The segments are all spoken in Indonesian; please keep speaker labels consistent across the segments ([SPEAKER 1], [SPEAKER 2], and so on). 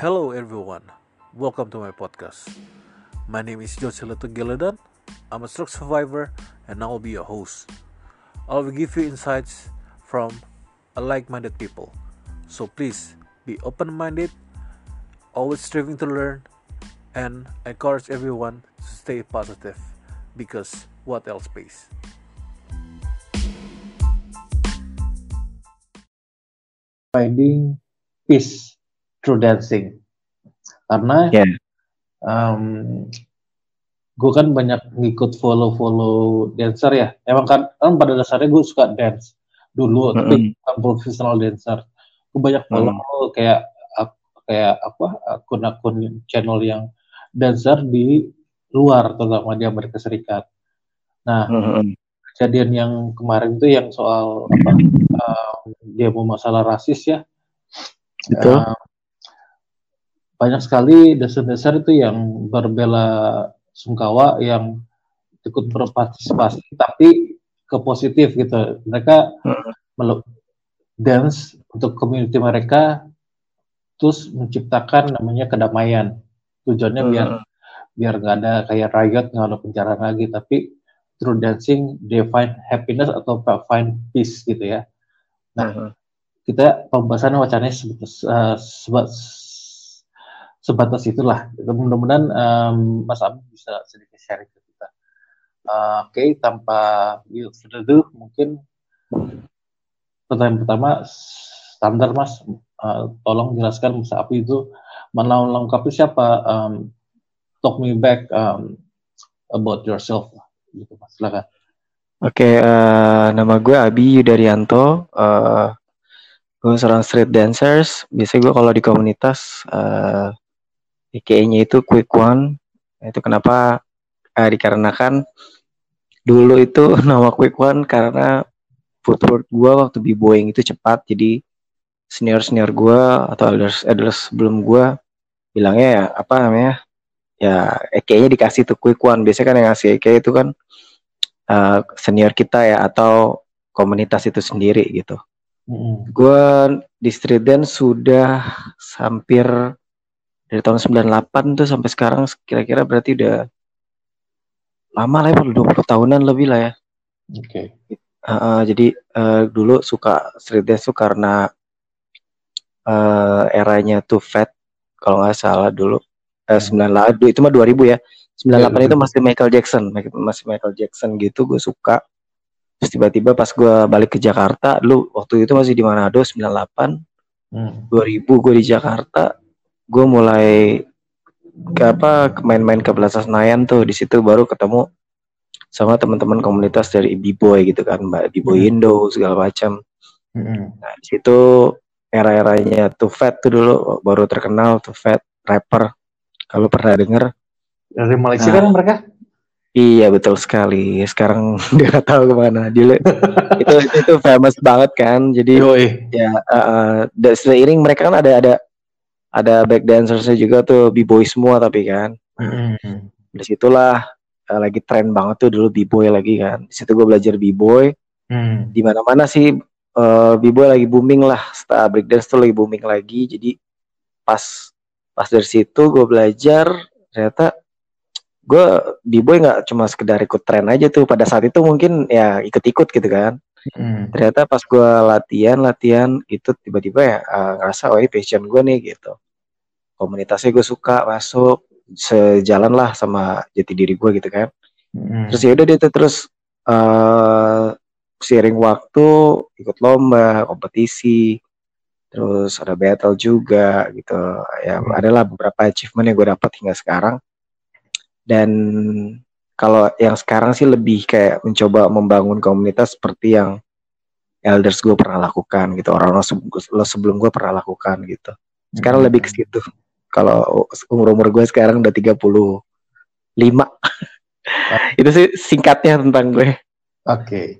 [SPEAKER 1] Hello everyone, welcome to my podcast. My name is Josela Tugeladan. I'm a stroke survivor and I will be your host. I will give you insights from a like-minded people. So please be open-minded, always striving to learn, and encourage everyone to stay positive because what else pays?
[SPEAKER 2] Finding peace through dancing. Karena
[SPEAKER 3] Ya,
[SPEAKER 2] gue kan banyak ngikut follow dancer ya. Emang kan pada dasarnya gue suka dance dulu, tapi bukan profesional dancer. Gue banyak follow kayak apa akun-akun channel yang dancer di luar, terutama di Amerika Serikat. Nah, kejadian yang kemarin itu yang soal demo masalah rasis ya.
[SPEAKER 3] betul.
[SPEAKER 2] Banyak sekali dasar-dasar itu yang berbela sungkawa, yang ikut berpartisipasi tapi ke positif gitu. Mereka dance untuk community mereka, terus menciptakan namanya kedamaian. Tujuannya biar nggak ada kayak riot, nggak ada penjara lagi, tapi through dancing they find happiness atau find peace gitu ya. Nah, kita pembahasan wacananya sebatas itulah. Mudah-mudahan Mas Abi bisa sedikit sharing ke kita. Oke, tanpa further ado, mungkin pertanyaan pertama standar Mas, tolong jelaskan Mas Abi itu melengkapi siapa, talk me back about yourself gitu Mas, silakan.
[SPEAKER 3] Oke, nama gue Abi Yudaryanto. Gue seorang street dancers. Biasanya gue kalau di komunitas IKE-nya itu Quick One. Itu kenapa dikarenakan dulu itu nama Quick One karena footwork gue waktu b-boying itu cepat. Jadi senior gue atau elders sebelum gue bilangnya ya apa namanya, ya EKE-nya dikasih tuh Quick One. Biasanya kan yang ngasih EKE itu kan senior kita ya atau komunitas itu sendiri gitu. Gue di street dance sudah hampir dari tahun 98 tuh sampai sekarang, kira-kira berarti udah lama lah ya, 20 tahunan lebih lah ya.
[SPEAKER 2] Oke.
[SPEAKER 3] Jadi dulu suka street dance tuh karena eranya tuh Fat kalau nggak salah dulu. 98 itu mah 2000 ya. 98 itu masih Michael Jackson gitu, gue suka. Terus tiba-tiba pas gue balik ke Jakarta, dulu waktu itu masih di Manado, 98, 2000 gue di Jakarta, gue mulai main-main ke Plaza Senayan tuh. Di situ baru ketemu sama teman-teman komunitas dari B-boy gitu kan, Mbak B-boy Indo segala macam. Nah di situ era-eranya Too Fat tuh dulu baru terkenal, Too Fat rapper, kalau pernah denger.
[SPEAKER 2] Dari Malaysia kan mereka?
[SPEAKER 3] Iya betul sekali. Sekarang dia nggak tahu kemana. Dulu itu famous banget kan. Jadi ya seiring mereka kan ada back dancersnya juga tuh, b-boy semua tapi kan. Dari situlah lagi tren banget tuh dulu b-boy lagi kan. Di situ gue belajar b-boy. Di mana-mana sih b-boy lagi booming lah. Setelah breakdance tuh lagi booming lagi. Jadi pas dari situ gue belajar, ternyata gue b-boy nggak cuma sekedar ikut tren aja tuh. Pada saat itu mungkin ya ikut-ikut gitu kan. Ternyata pas gue latihan gitu, tiba-tiba ya ngerasa ini passion gue nih gitu. Komunitasnya gue suka, masuk, sejalan lah sama jati diri gue gitu kan. Terus ya udah dia terus seiring waktu ikut lomba, kompetisi, terus ada battle juga gitu. Ya adalah beberapa achievement yang gue dapat hingga sekarang. Dan kalau yang sekarang sih lebih kayak mencoba membangun komunitas seperti yang elders gue pernah lakukan gitu, orang-orang sebelum gue pernah lakukan gitu. Sekarang lebih ke situ. Kalau umur gue sekarang udah 35. Itu sih singkatnya tentang gue.
[SPEAKER 2] Oke.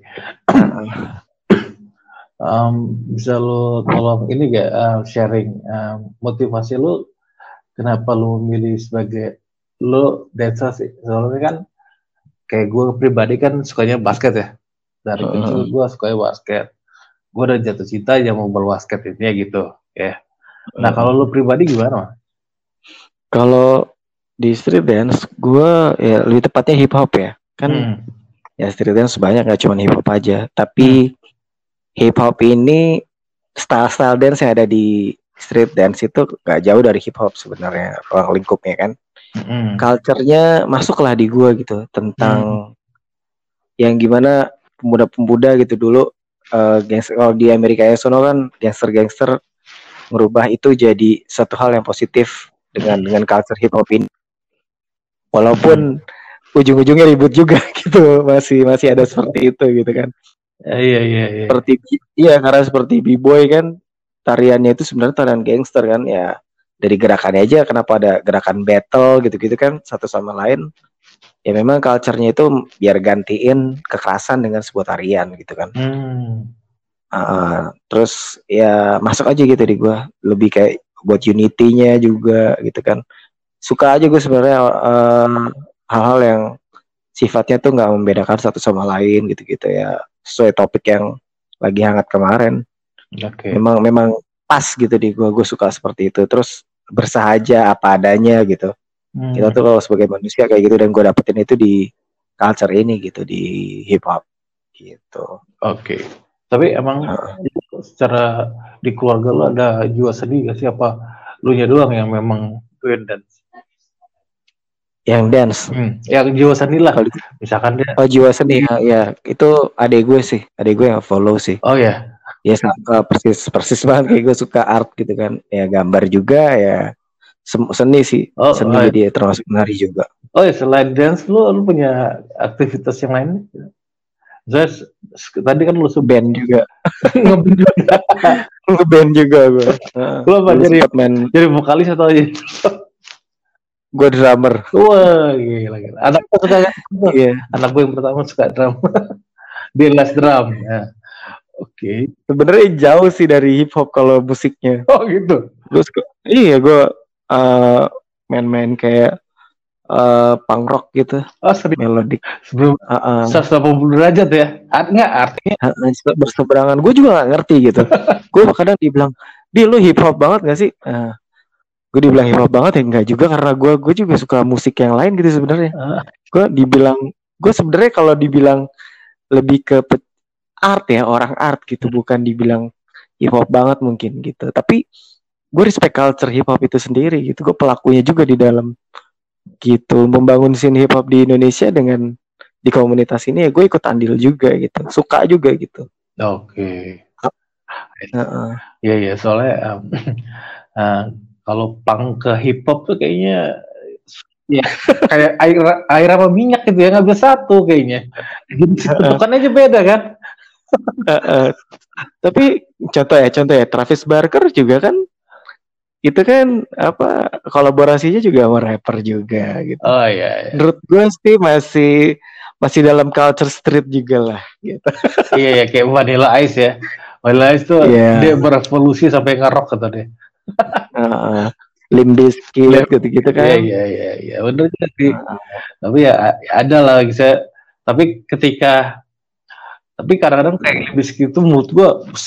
[SPEAKER 2] Bisa lo tolong ini gak sharing motivasi lo kenapa lo memilih sebagai lo dancer sih? Soalnya kan kayak gue pribadi kan sukanya basket ya. Dari kecil gue sukanya basket. Gue udah jatuh cinta aja mau berbasket ini gitu ya. Nah kalau lo pribadi gimana?
[SPEAKER 3] Kalau di street dance, gue ya lebih tepatnya hip hop ya. Kan ya street dance banyak, gak cuma hip hop aja. Tapi hip hop ini style dance yang ada di street dance itu gak jauh dari hip hop sebenarnya, ruang lingkupnya kan. Culture-nya masuklah di gue gitu, tentang yang gimana pemuda-pemuda gitu dulu. Gangster, kalau di Amerika sono kan gangster merubah itu jadi satu hal yang positif dengan culture hip hop ini. Walaupun ujung-ujungnya ribut juga gitu, masih ada seperti itu gitu kan.
[SPEAKER 2] Iya.
[SPEAKER 3] Seperti karena seperti B-boy kan tariannya itu sebenarnya tarian gangster kan ya. Dari gerakannya aja kenapa ada gerakan battle gitu-gitu kan satu sama lain. Ya memang culture-nya itu biar gantiin kekerasan dengan sebuah tarian gitu kan. Terus ya masuk aja gitu di gue, lebih kayak buat unity-nya juga gitu kan. Suka aja gue sebenarnya hal-hal yang sifatnya tuh nggak membedakan satu sama lain gitu-gitu ya, sesuai topik yang lagi hangat kemarin. Memang pas gitu di gue suka seperti itu. Terus bersahaja apa adanya gitu. Kita tuh kalau sebagai manusia kayak gitu, dan gue dapetin itu di culture ini gitu, di hip hop gitu.
[SPEAKER 2] Tapi emang secara di keluarga lo ada jiwa seni gak sih, apa lu nya doang yang memang doing dance?
[SPEAKER 3] Yang dance,
[SPEAKER 2] yang jiwa seni lah. Misalkan dia
[SPEAKER 3] jiwa seni ya itu adek gue yang follow sih.
[SPEAKER 2] Oh ya.
[SPEAKER 3] Ya persis banget kayak gue suka art gitu kan. Ya gambar juga ya, seni sih. Seni jadi termasuk menari juga.
[SPEAKER 2] Oh ya, selain dance lu punya aktivitas yang lain? Terus tadi kan lu
[SPEAKER 3] band juga.
[SPEAKER 2] Ngeband juga gue. Lu apa jadi vokalis atau aja?
[SPEAKER 3] Gue drummer.
[SPEAKER 2] Wah, gila. Anak gue suka anak gue yang pertama suka drum. Dia les drum. Ya. Oke.
[SPEAKER 3] Sebenarnya jauh sih dari hip hop kalau musiknya.
[SPEAKER 2] Oh gitu.
[SPEAKER 3] Gue main-main kayak punk rock gitu. Melodik.
[SPEAKER 2] Sebelum 180 derajat ya. Artinya
[SPEAKER 3] berseberangan. Gue juga gak ngerti gitu. Gue kadang dibilang, "Di lu hip hop banget gak sih?" Gue dibilang hip hop banget ya enggak juga, karena gue juga suka musik yang lain gitu sebenarnya. Gue sebenarnya kalau dibilang lebih ke art ya, orang art gitu, bukan dibilang hip hop banget mungkin gitu. Tapi gue respect culture hip hop itu sendiri gitu. Gue pelakunya juga di dalam gitu, membangun scene hip hop di Indonesia dengan di komunitas ini ya, gue ikut andil juga gitu, suka juga gitu.
[SPEAKER 2] Iya soalnya kalau punk ke hip hop tuh kayaknya ya kayak air sama minyak gitu ya, nggak bisa satu kayaknya. Bentukan aja beda kan.
[SPEAKER 3] Tapi contoh ya Travis Barker juga kan, itu kan apa, kolaborasinya juga sama rapper juga gitu.
[SPEAKER 2] Oh iya.
[SPEAKER 3] Menurut gue sih masih dalam culture street juga lah gitu.
[SPEAKER 2] Iya kayak Vanilla Ice ya. Vanilla Ice tuh dia berevolusi sampai ngerok kata dia.
[SPEAKER 3] Limp Bizkit gitu kan.
[SPEAKER 2] Iya benar sih. Tapi ya ada lah saya. Tapi kadang-kadang kayak Limp Bizkit itu menurut gue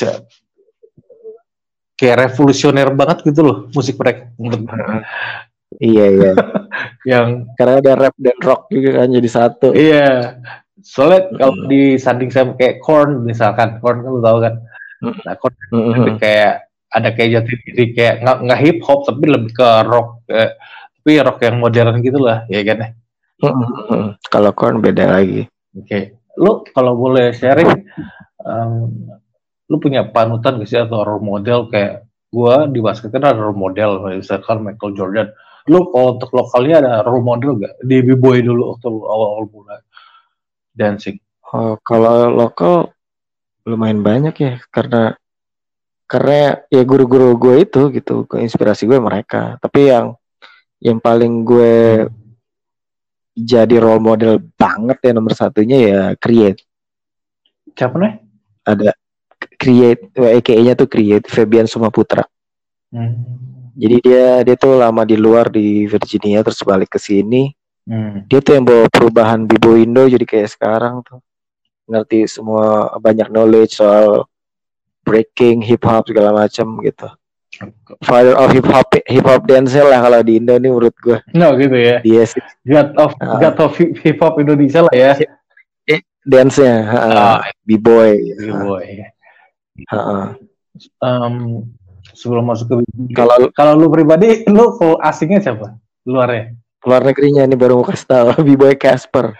[SPEAKER 2] kayak revolusioner banget gitu loh musik mereka menurut gue.
[SPEAKER 3] Iya.
[SPEAKER 2] Yang
[SPEAKER 3] karena ada rap dan rock juga kan jadi satu.
[SPEAKER 2] Iya. Soalnya kalau disanding sama kayak Korn misalkan, Korn kan lu tahu kan. Nah, Korn kayak ada kayak jati diri, kayak nggak hip hop tapi lebih ke rock, tapi rock yang modern gitulah ya kan ya.
[SPEAKER 3] Kalau Korn beda lagi.
[SPEAKER 2] Oke. Lu kalau boleh sharing, lu punya panutan gak sih atau role model? Kayak gua di basket kan ada role model, misalkan Michael Jordan. Lu kalau untuk lokalnya ada role model gak? Di B-boy dulu waktu awal mulai dancing.
[SPEAKER 3] Kalau lokal lumayan banyak ya, karena ya guru-guru gue itu gitu, inspirasi gue mereka. Tapi yang paling gue jadi role model banget ya, nomor satunya ya Create.
[SPEAKER 2] Siapa nih?
[SPEAKER 3] Ada Create, EKE-nya tuh Create, Fabian Sumaputra. Jadi dia tuh lama di luar di Virginia, terus balik ke sini. Dia tuh yang bawa perubahan B-boy Indo jadi kayak sekarang tuh. Ngerti semua, banyak knowledge soal breaking, hip hop segala macam gitu. father of hip hop dance lah kalau di Indo nih menurut gue.
[SPEAKER 2] No gitu ya.
[SPEAKER 3] Dia sih
[SPEAKER 2] God of hip hop Indonesia lah ya.
[SPEAKER 3] Dance-nya, B-boy.
[SPEAKER 2] B-boy.
[SPEAKER 3] Heeh.
[SPEAKER 2] Sebelum masuk ke kalau lu pribadi, lu asingnya siapa? Luar
[SPEAKER 3] negerinya ini baru mau kasih tahu. B-boy Casper.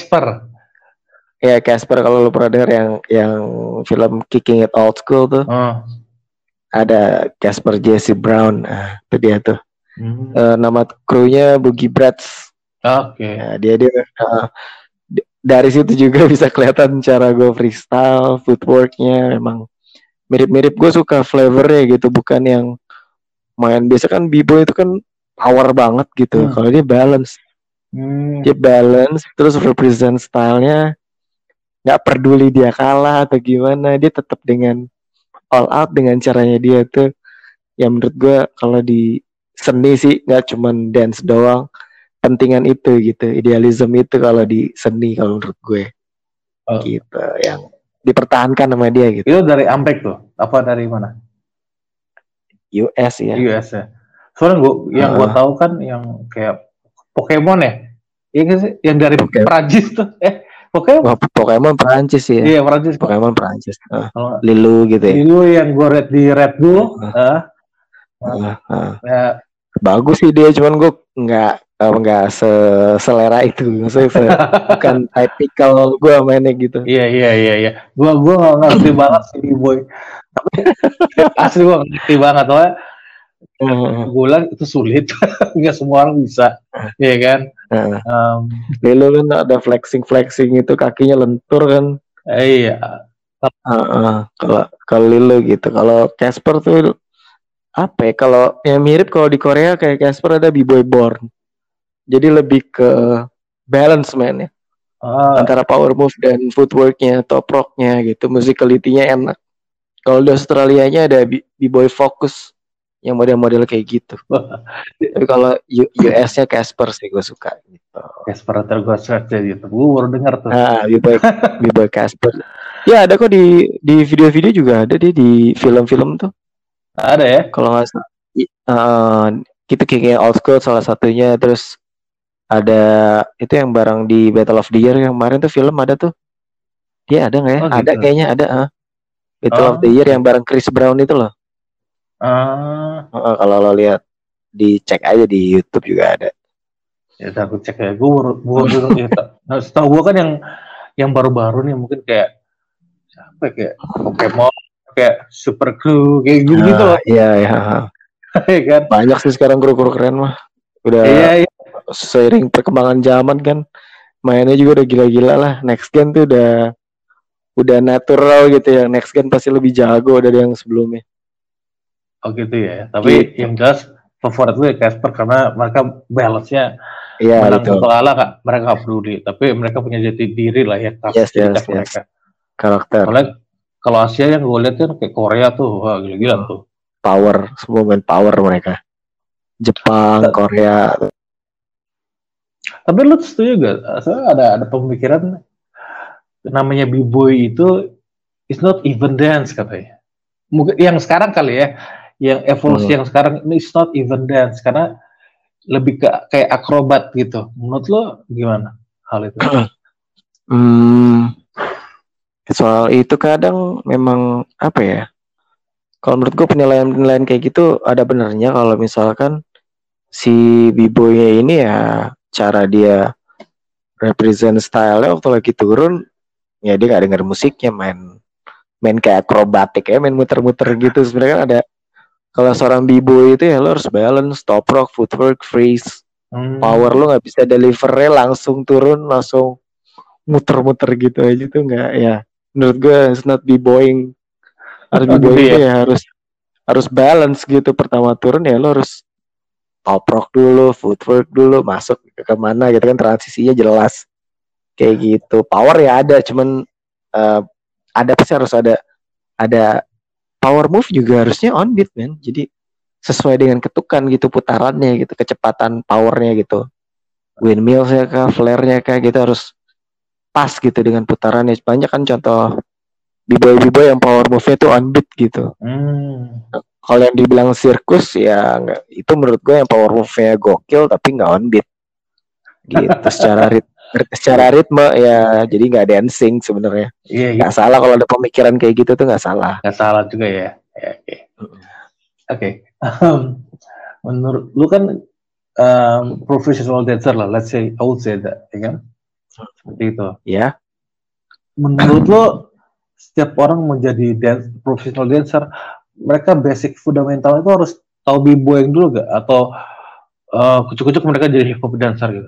[SPEAKER 3] Ya Casper, kalau lu pernah dengar yang film Kicking It Old School tuh. Ada Casper Jesse Brown. Itu dia tuh. Nama krunya Boogie Brats.
[SPEAKER 2] Oke.
[SPEAKER 3] Nah, dia dari situ juga bisa kelihatan cara gue freestyle, footworknya memang mirip-mirip. Gue suka flavornya gitu, bukan yang main biasa kan b-boy itu kan power banget gitu. Kalau dia balance, dia balance terus represent stylenya, nggak peduli dia kalah atau gimana, dia tetap dengan all out dengan caranya dia tuh. Yang menurut gue kalau di seni sih nggak cuman dance doang, pentingan itu gitu, idealisme itu kalau di seni kalau menurut gue gitu yang dipertahankan sama dia gitu.
[SPEAKER 2] Itu dari Amrek tuh, apa dari mana?
[SPEAKER 3] US ya.
[SPEAKER 2] US ya. Soalnya yang gue tahu kan yang kayak Pokemon ya, yang dari Prancis tuh.
[SPEAKER 3] Pokemon Prancis ya.
[SPEAKER 2] Iya Prancis.
[SPEAKER 3] Pokemon Prancis. Lilu gitu ya.
[SPEAKER 2] Lilu yang gue read di Red Bull.
[SPEAKER 3] Ya. Bagus sih dia, cuman gue nggak selera itu, maksudnya bukan typical gue mainnya gitu.
[SPEAKER 2] Iya. Gue nggak ngerti banget sih B-boy, tapi asli gue ngerti banget soalnya. Gue bilang itu sulit, nggak semua orang bisa, ya kan.
[SPEAKER 3] Lilo kan ada flexing itu kakinya lentur kan.
[SPEAKER 2] Iya.
[SPEAKER 3] Kalau Lilo gitu, kalau Casper tuh apa ya? Kalau yang mirip kalau di Korea kayak Casper ada B-boy Born. Jadi lebih ke balance man ya. Antara power move dan footworknya, top rocknya gitu, musicality-nya enak. Kalau di Australia-nya ada B-boy Focus yang model-model kayak gitu. Tapi kalau US-nya Casper sih gue suka gitu.
[SPEAKER 2] Casper gue search gitu. Gue baru dengar tuh.
[SPEAKER 3] B-boy Casper. Ya ada kok di video-video juga ada dia di film-film tuh.
[SPEAKER 2] Ada ya?
[SPEAKER 3] Kalau nggak salah, kita kayak Old School salah satunya, terus ada itu yang bareng di Battle of the Year yang kemarin tuh film ada tuh. Dia ada nggak ya? Ada gitu. Kayaknya ada. Battle of the Year yang bareng Chris Brown itu loh. Kalau lo lihat, dicek aja di YouTube juga ada.
[SPEAKER 2] Ya aku cek ya. Gue setahu gue kan yang baru-baru nih mungkin kayak siapa kayak Pokemon, kayak Super Crew kayak gitu loh.
[SPEAKER 3] Iya.
[SPEAKER 2] Kan?
[SPEAKER 3] Banyak sih sekarang kru keren mah. Udah seiring perkembangan zaman kan, mainnya juga udah gila-gila lah. Next gen tuh udah natural gitu ya. Next gen pasti lebih jago dari yang sebelumnya.
[SPEAKER 2] Oh gitu ya. Tapi yang jelas favorit gue Casper karena mereka balance-nya menang atau kalah kak, mereka gak peduli. Tapi mereka punya jati diri lah ya.
[SPEAKER 3] Yes. Mereka. Karakter.
[SPEAKER 2] Kalau Asia yang gue lihat kan kayak Korea tuh, wah gila-gila tuh.
[SPEAKER 3] Power, semua main power mereka. Jepang, Korea.
[SPEAKER 2] Tapi lu setuju gak? Soalnya ada pemikiran namanya B-boy itu is not even dance katanya. Mungkin yang sekarang kali ya, yang evolusi yang sekarang ini is not even dance karena lebih kayak akrobat gitu. Menurut lo gimana hal itu?
[SPEAKER 3] Soal itu kadang memang apa ya? Kalau menurut gue penilaian kayak gitu ada benernya kalau misalkan si B-boy-nya ini ya cara dia represent style-nya waktu lagi turun ya dia gak denger musiknya, main kayak akrobatik ya, main muter-muter gitu. Sebenarnya kan ada, kalau seorang B-boy itu ya lo harus balance, top rock, footwork, freeze, power lo gak bisa delivernya langsung turun langsung muter-muter gitu aja tuh nggak ya. Menurut gue it's not B-boying. Harus B-boying itu ya harus balance gitu. Pertama turun ya lo harus top rock dulu, footwork dulu, masuk ke kemana gitu kan, transisinya jelas kayak gitu. Power ya ada, cuman ada pasti harus ada power move juga harusnya on beat man. Jadi sesuai dengan ketukan gitu, putarannya gitu, kecepatan powernya gitu, windmillnya kah, flare-nya kah gitu harus pas gitu dengan putarannya. Banyak kan contoh B-boy yang power move-nya tuh on beat gitu. Kalau yang dibilang sirkus ya itu menurut gue yang power move-nya gokil tapi nggak on beat gitu. secara ritme ya jadi nggak dancing sebenarnya. Nggak salah kalau ada pemikiran kayak gitu tuh nggak salah.
[SPEAKER 2] Nggak salah juga ya. Oke. Menurut lu kan professional dancer lah, let's say, I would say that, ya kan? Seperti itu.
[SPEAKER 3] Ya.
[SPEAKER 2] Menurut lu setiap orang menjadi professional dancer, mereka basic fundamental itu harus tahu b-boying dulu gak? Atau kucuk-kucuk mereka jadi hip hop dancer gitu?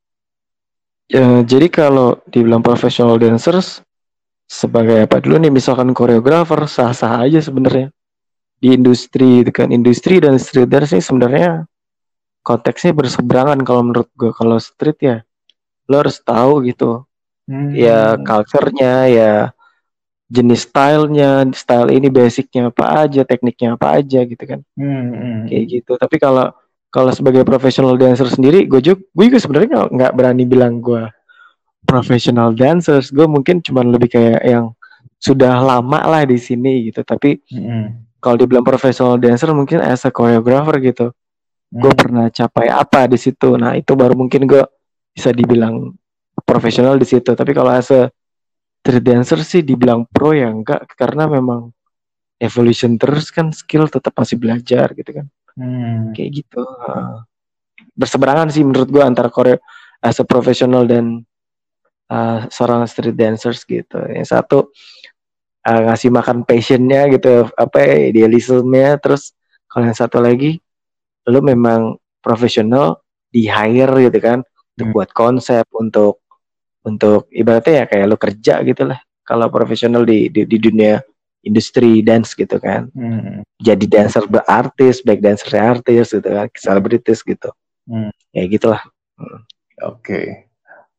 [SPEAKER 3] Jadi kalau dibilang professional dancers sebagai apa dulu nih, misalkan koreografer sah-sah aja sebenarnya di industri itu kan. Industri dan street dance sih sebenarnya konteksnya berseberangan kalau menurut gue. Kalau street ya lo harus tahu gitu ya culture-nya, ya jenis stylenya, style ini basicnya apa aja, tekniknya apa aja gitu kan. Kayak gitu. Tapi kalau sebagai professional dancer sendiri, gue juga sebenarnya nggak berani bilang gue professional dancers. Gue mungkin cuma lebih kayak yang sudah lama lah di sini gitu. Tapi kalau dibilang professional dancer mungkin as a choreographer gitu. Gue pernah capai apa di situ. Nah itu baru mungkin gue bisa dibilang profesional di situ. Tapi kalau as a street dancer sih dibilang pro ya enggak, karena memang evolution terus kan, skill tetap masih belajar gitu kan. Kayak gitu. Berseberangan sih menurut gue antara as a professional dan seorang street dancers gitu. Yang satu ngasih makan passionnya gitu, idealismenya. Terus kalau yang satu lagi lu memang profesional di hire gitu kan, untuk buat konsep, untuk ibaratnya ya kayak lu kerja gitu lah. Kalau profesional di dunia industri dance gitu kan, jadi dancer berartis, back dancer artis gitu kan, selebritis gitu, ya gitulah.
[SPEAKER 2] Oke.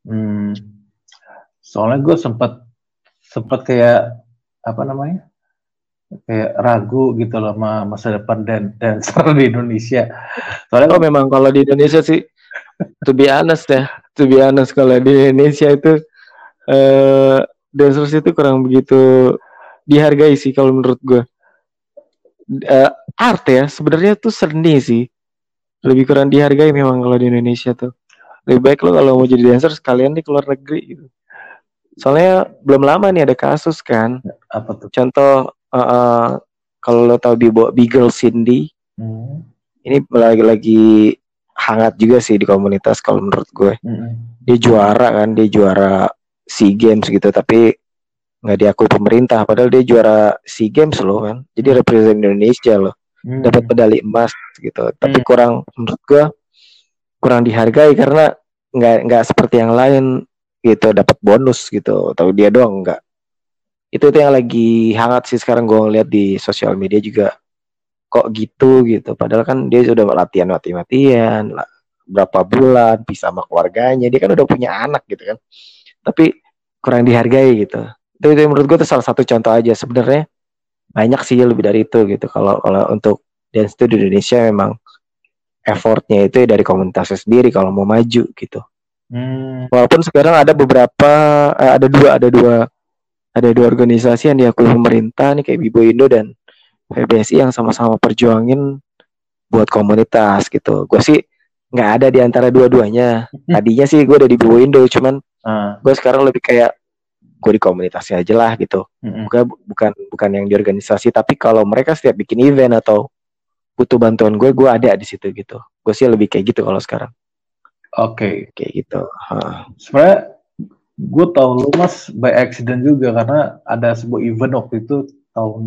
[SPEAKER 2] Soalnya gue sempat kayak apa namanya, kayak ragu gitu loh sama masa depan dancer di Indonesia. Soalnya
[SPEAKER 3] memang kalau di Indonesia sih, to be honest kalau di Indonesia itu dancers itu kurang begitu dihargai sih kalau menurut gue. Art ya sebenarnya tuh seni sih, lebih kurang dihargai memang kalau di Indonesia tuh. Lebih baik lo kalau mau jadi dancer sekalian di keluar negeri gitu. Soalnya belum lama nih ada kasus kan.
[SPEAKER 2] Apa tuh?
[SPEAKER 3] Contoh kalau lo tahu Beagle Cindy, ini lagi hangat juga sih di komunitas kalau menurut gue. Dia juara SEA Games gitu, tapi nggak diakui pemerintah. Padahal dia juara SEA Games loh kan. Jadi represent Indonesia loh, dapat medali emas gitu. Tapi menurut gue kurang dihargai karena nggak seperti yang lain gitu, dapat bonus gitu. Tahu dia doang enggak. Itu yang lagi hangat sih sekarang, gue ngeliat di sosial media juga. Kok gitu. Padahal kan dia sudah latihan berapa bulan, bisa sama keluarganya. Dia kan udah punya anak gitu kan. Tapi kurang dihargai gitu. Itu menurut gue itu salah satu contoh aja. Sebenarnya banyak sih lebih dari itu gitu. Kalau untuk dance itu di Indonesia memang effortnya itu dari komunitasnya sendiri kalau mau maju gitu. Walaupun sekarang ada beberapa ada dua organisasi yang diakui pemerintah nih, kayak Bibo Indo dan PBSI, yang sama-sama perjuangin buat komunitas gitu. Gue sih nggak ada di antara dua-duanya. Tadinya sih gue ada di Bibo Indo, cuman gue sekarang lebih kayak gue di komunitasnya aja lah gitu. Bukan yang di organisasi, tapi kalau mereka setiap bikin event atau butuh bantuan gue ada di situ gitu. Gue sih lebih kayak gitu kalau sekarang.
[SPEAKER 2] Oke.
[SPEAKER 3] Kayak gitu.
[SPEAKER 2] Sebenarnya gue tahu lu Mas by accident juga, karena ada sebuah event waktu itu tahun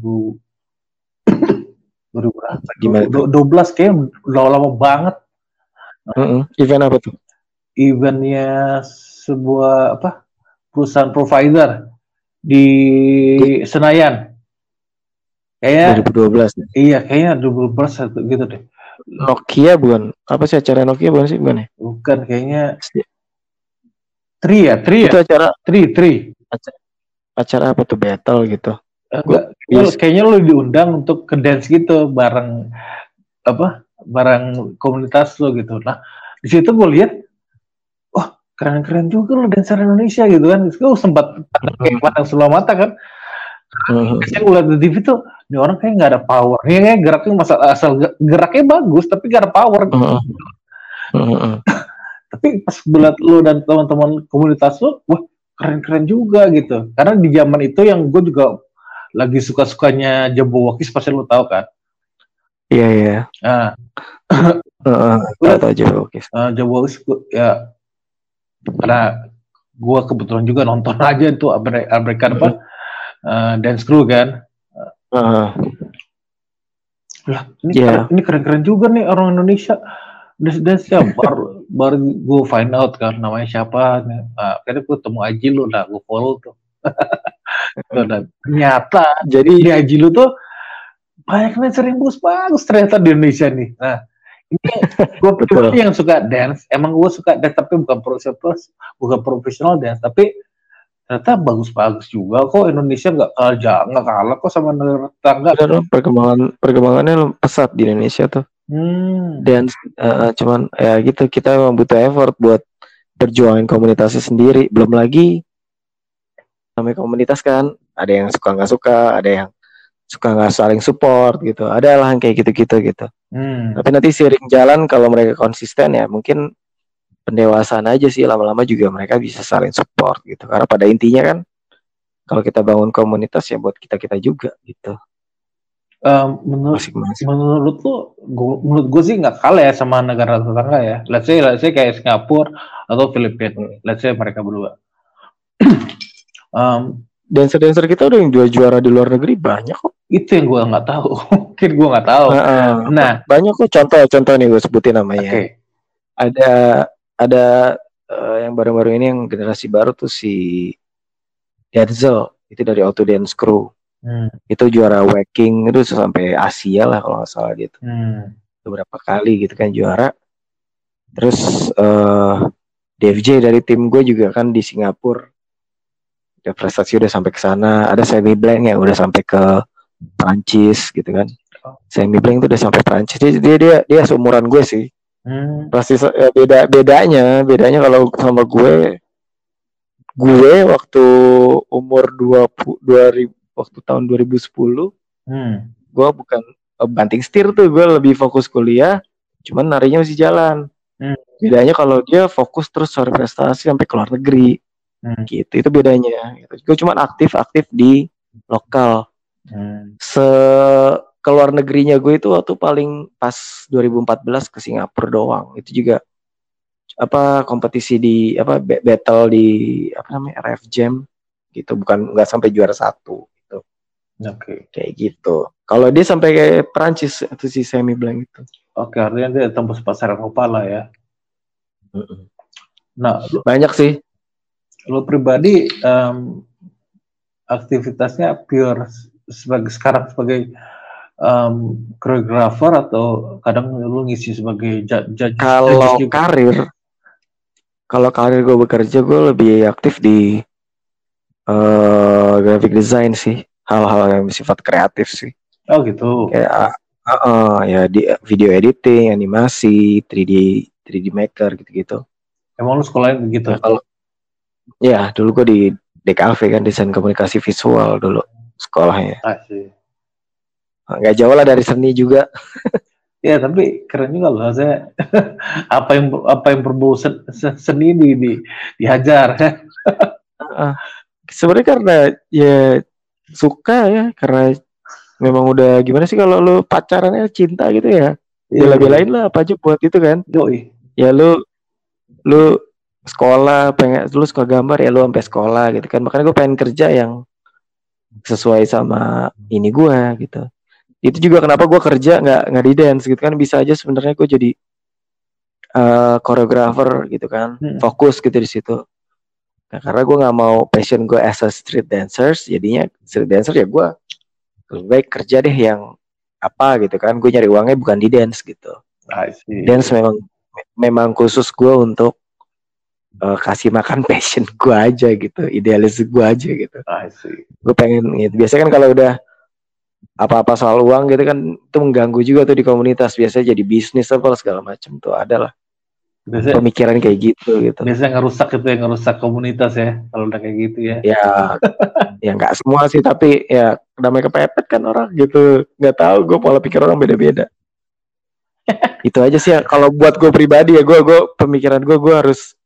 [SPEAKER 2] 2012 kayak udah lama banget.
[SPEAKER 3] Event apa tuh?
[SPEAKER 2] Eventnya sebuah perusahaan provider di Senayan. Kayaknya
[SPEAKER 3] 2012.
[SPEAKER 2] Iya, kayaknya 2012 gitu deh.
[SPEAKER 3] Nokia bukan? Apa sih acara Nokia bukan sih? Bukan ya?
[SPEAKER 2] Bukan, kayaknya Tri ya?
[SPEAKER 3] Itu acara
[SPEAKER 2] Tri.
[SPEAKER 3] Acara apa tuh, battle gitu?
[SPEAKER 2] Kayaknya lu diundang untuk ke dance gitu bareng komunitas lo gitu. Nah, di situ gue lihat, wah keren-keren juga lo dancer Indonesia gitu kan. Gue sempat kayak pandang sebelah mata kan. Saya ngeliat di TV tuh, ini orang kayak nggak ada power. Ya geraknya asal geraknya bagus, tapi nggak ada power. Tapi pas ngeliat lo dan teman-teman komunitas lo, wah keren-keren juga gitu. Karena di zaman itu yang gue juga lagi suka-sukanya Jabbawockeez, pasti lo tahu kan?
[SPEAKER 3] Iya.
[SPEAKER 2] Nah,
[SPEAKER 3] tahu Jabbawockeez.
[SPEAKER 2] Jabbawockeez ya, karena gue kebetulan juga nonton aja itu American Dance Crew kan. Lah, ini keren-keren juga nih orang Indonesia. Dan siapa baru gue find out kan namanya siapa. Nah, akhirnya gue temu Aji lu, nah gue follow tuh. Ternyata jadi di Aji lu tuh banyak sering bagus ternyata di Indonesia nih. Nah, ini gue pribadi yang suka dance, emang gue suka dance tapi bukan profesional dance, tapi ternyata bagus-bagus juga kok. Indonesia nggak kalah kok sama negara tetangga.
[SPEAKER 3] Perkembangannya pesat di Indonesia tuh. Dan cuman ya gitu, kita memang butuh effort buat berjuangin komunitasnya sendiri. Belum lagi namanya komunitas kan, ada yang suka nggak suka, ada yang suka nggak saling support gitu, ada lah yang kayak gitu gitu. Tapi nanti seiring jalan kalau mereka konsisten ya mungkin pendewasaan aja sih, lama-lama juga mereka bisa saling support gitu. Karena pada intinya kan kalau kita bangun komunitas ya buat kita juga gitu.
[SPEAKER 2] Menurut gue sih nggak kalah ya sama negara tetangga ya. Let's say kayak Singapura atau Filipina. Let's say mereka berdua.
[SPEAKER 3] Dancer kita udah yang juara di luar negeri banyak kok.
[SPEAKER 2] Itu yang gue nggak tahu. Mungkin gue nggak tahu.
[SPEAKER 3] Nah, banyak kok contoh nih gue sebutin namanya. Okay. Ada yang baru-baru ini yang generasi baru tuh si Denzel, itu dari Auto Dance Crew. Itu juara Waking itu sampai Asia lah kalau nggak salah gitu. Beberapa kali gitu kan juara. Terus DFJ dari tim gue juga kan di Singapura. Udah prestasi udah sampai ke sana. Ada Semi Blank yang udah sampai ke Prancis gitu kan. Semi Blank itu udah sampai Prancis. Dia seumuran gue sih. Pasti bedanya kalau sama gue waktu umur 20 waktu tahun 2010 gue bukan banting setir tuh, gue lebih fokus kuliah, cuman narinya masih jalan. Bedanya kalau dia fokus terus cari prestasi sampai ke luar negeri gitu, itu bedanya gitu. Gue cuman aktif di lokal. Ke luar negerinya gue itu waktu paling pas 2014 ke Singapura doang. Itu juga kompetisi di battle di RF Jam gitu, nggak sampai juara 1 gitu.
[SPEAKER 2] Oke.
[SPEAKER 3] Kayak gitu. Kalau dia sampai kayak Perancis itu si Semi Blank itu.
[SPEAKER 2] Oke, artinya dia tembus pasar Eropa lah ya. Nah,
[SPEAKER 3] banyak sih.
[SPEAKER 2] Lo pribadi aktivitasnya pure sebagai koreografer atau kadang lo ngisi sebagai judge?
[SPEAKER 3] Kalau karir gue bekerja, gue lebih aktif di graphic design sih, hal-hal yang bersifat kreatif sih.
[SPEAKER 2] Oh gitu.
[SPEAKER 3] Kayak ya di video editing, animasi, 3D maker gitu-gitu.
[SPEAKER 2] Emang lu sekolahnya begitu?
[SPEAKER 3] Ya dulu gue di DKV kan, desain komunikasi visual dulu sekolahnya. Nggak jauh lah dari seni juga.
[SPEAKER 2] Ya tapi keren juga loh, saya apa yang berbau seni dihajar.
[SPEAKER 3] Sebenarnya karena ya suka ya, karena memang udah gimana sih kalau lu pacarannya cinta gitu ya, bela-belain lah apa aja buat itu kan. Ya lu sekolah lu suka gambar ya lu sampai sekolah gitu kan. Makanya gue pengen kerja yang sesuai sama ini gue gitu. Itu juga kenapa gue kerja nggak di dance gitu kan. Bisa aja sebenarnya gue jadi koreografer gitu kan, fokus gitu di situ. Nah, karena gue nggak mau passion gue as a street dancers, jadinya street dancer ya gue lebih baik kerja deh yang apa gitu kan. Gue nyari uangnya bukan di dance gitu. Dance memang khusus gue untuk kasih makan passion gue aja gitu, idealis gue aja gitu. Gue pengen gitu. Biasanya kan kalau udah apa-apa soal uang gitu kan, itu mengganggu juga tuh di komunitas. Biasanya jadi bisnis apa segala macam tuh ada lah. pemikiran kayak gitu.
[SPEAKER 2] Biasanya ngerusak komunitas ya kalau udah kayak gitu ya.
[SPEAKER 3] Ya nggak semua sih, tapi ya damai kepepet kan orang gitu. Nggak tahu, gue pola pikir orang beda-beda. Itu aja sih ya. Kalau buat gue pribadi ya, gue pemikiran gue harus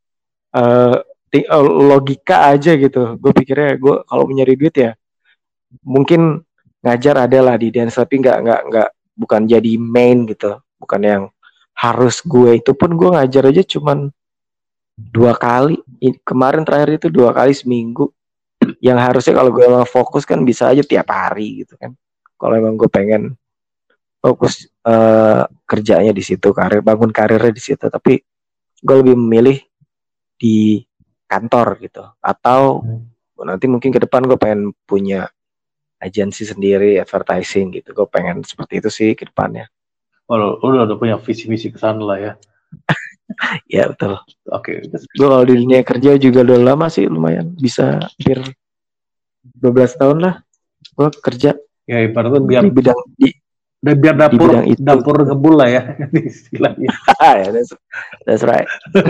[SPEAKER 3] logika aja gitu. Gue pikirnya gue kalau nyari duit ya mungkin ngajar adalah di dance, tapi nggak bukan jadi main gitu, bukan yang harus gue. Itu pun gue ngajar aja cuman 2 kali. Kemarin terakhir itu 2 kali seminggu. Yang harusnya kalau gue emang fokus kan bisa aja tiap hari gitu kan. Kalau emang gue pengen fokus kerjanya di situ, bangun karirnya di situ. Tapi gue lebih memilih di kantor gitu. Atau nanti mungkin ke depan gue pengen punya agensi sendiri, advertising gitu. Gue pengen seperti itu sih ke depannya.
[SPEAKER 2] Lu udah punya visi-visi ke sana lah ya.
[SPEAKER 3] Ya betul.
[SPEAKER 2] Oke.
[SPEAKER 3] Gue kalau di dunia kerja juga udah lama sih, lumayan bisa hampir 12 tahun lah gue kerja.
[SPEAKER 2] Ya ibaratnya biar
[SPEAKER 3] di bidang
[SPEAKER 2] biar dapur ngebul lah ya istilahnya.
[SPEAKER 3] That's right.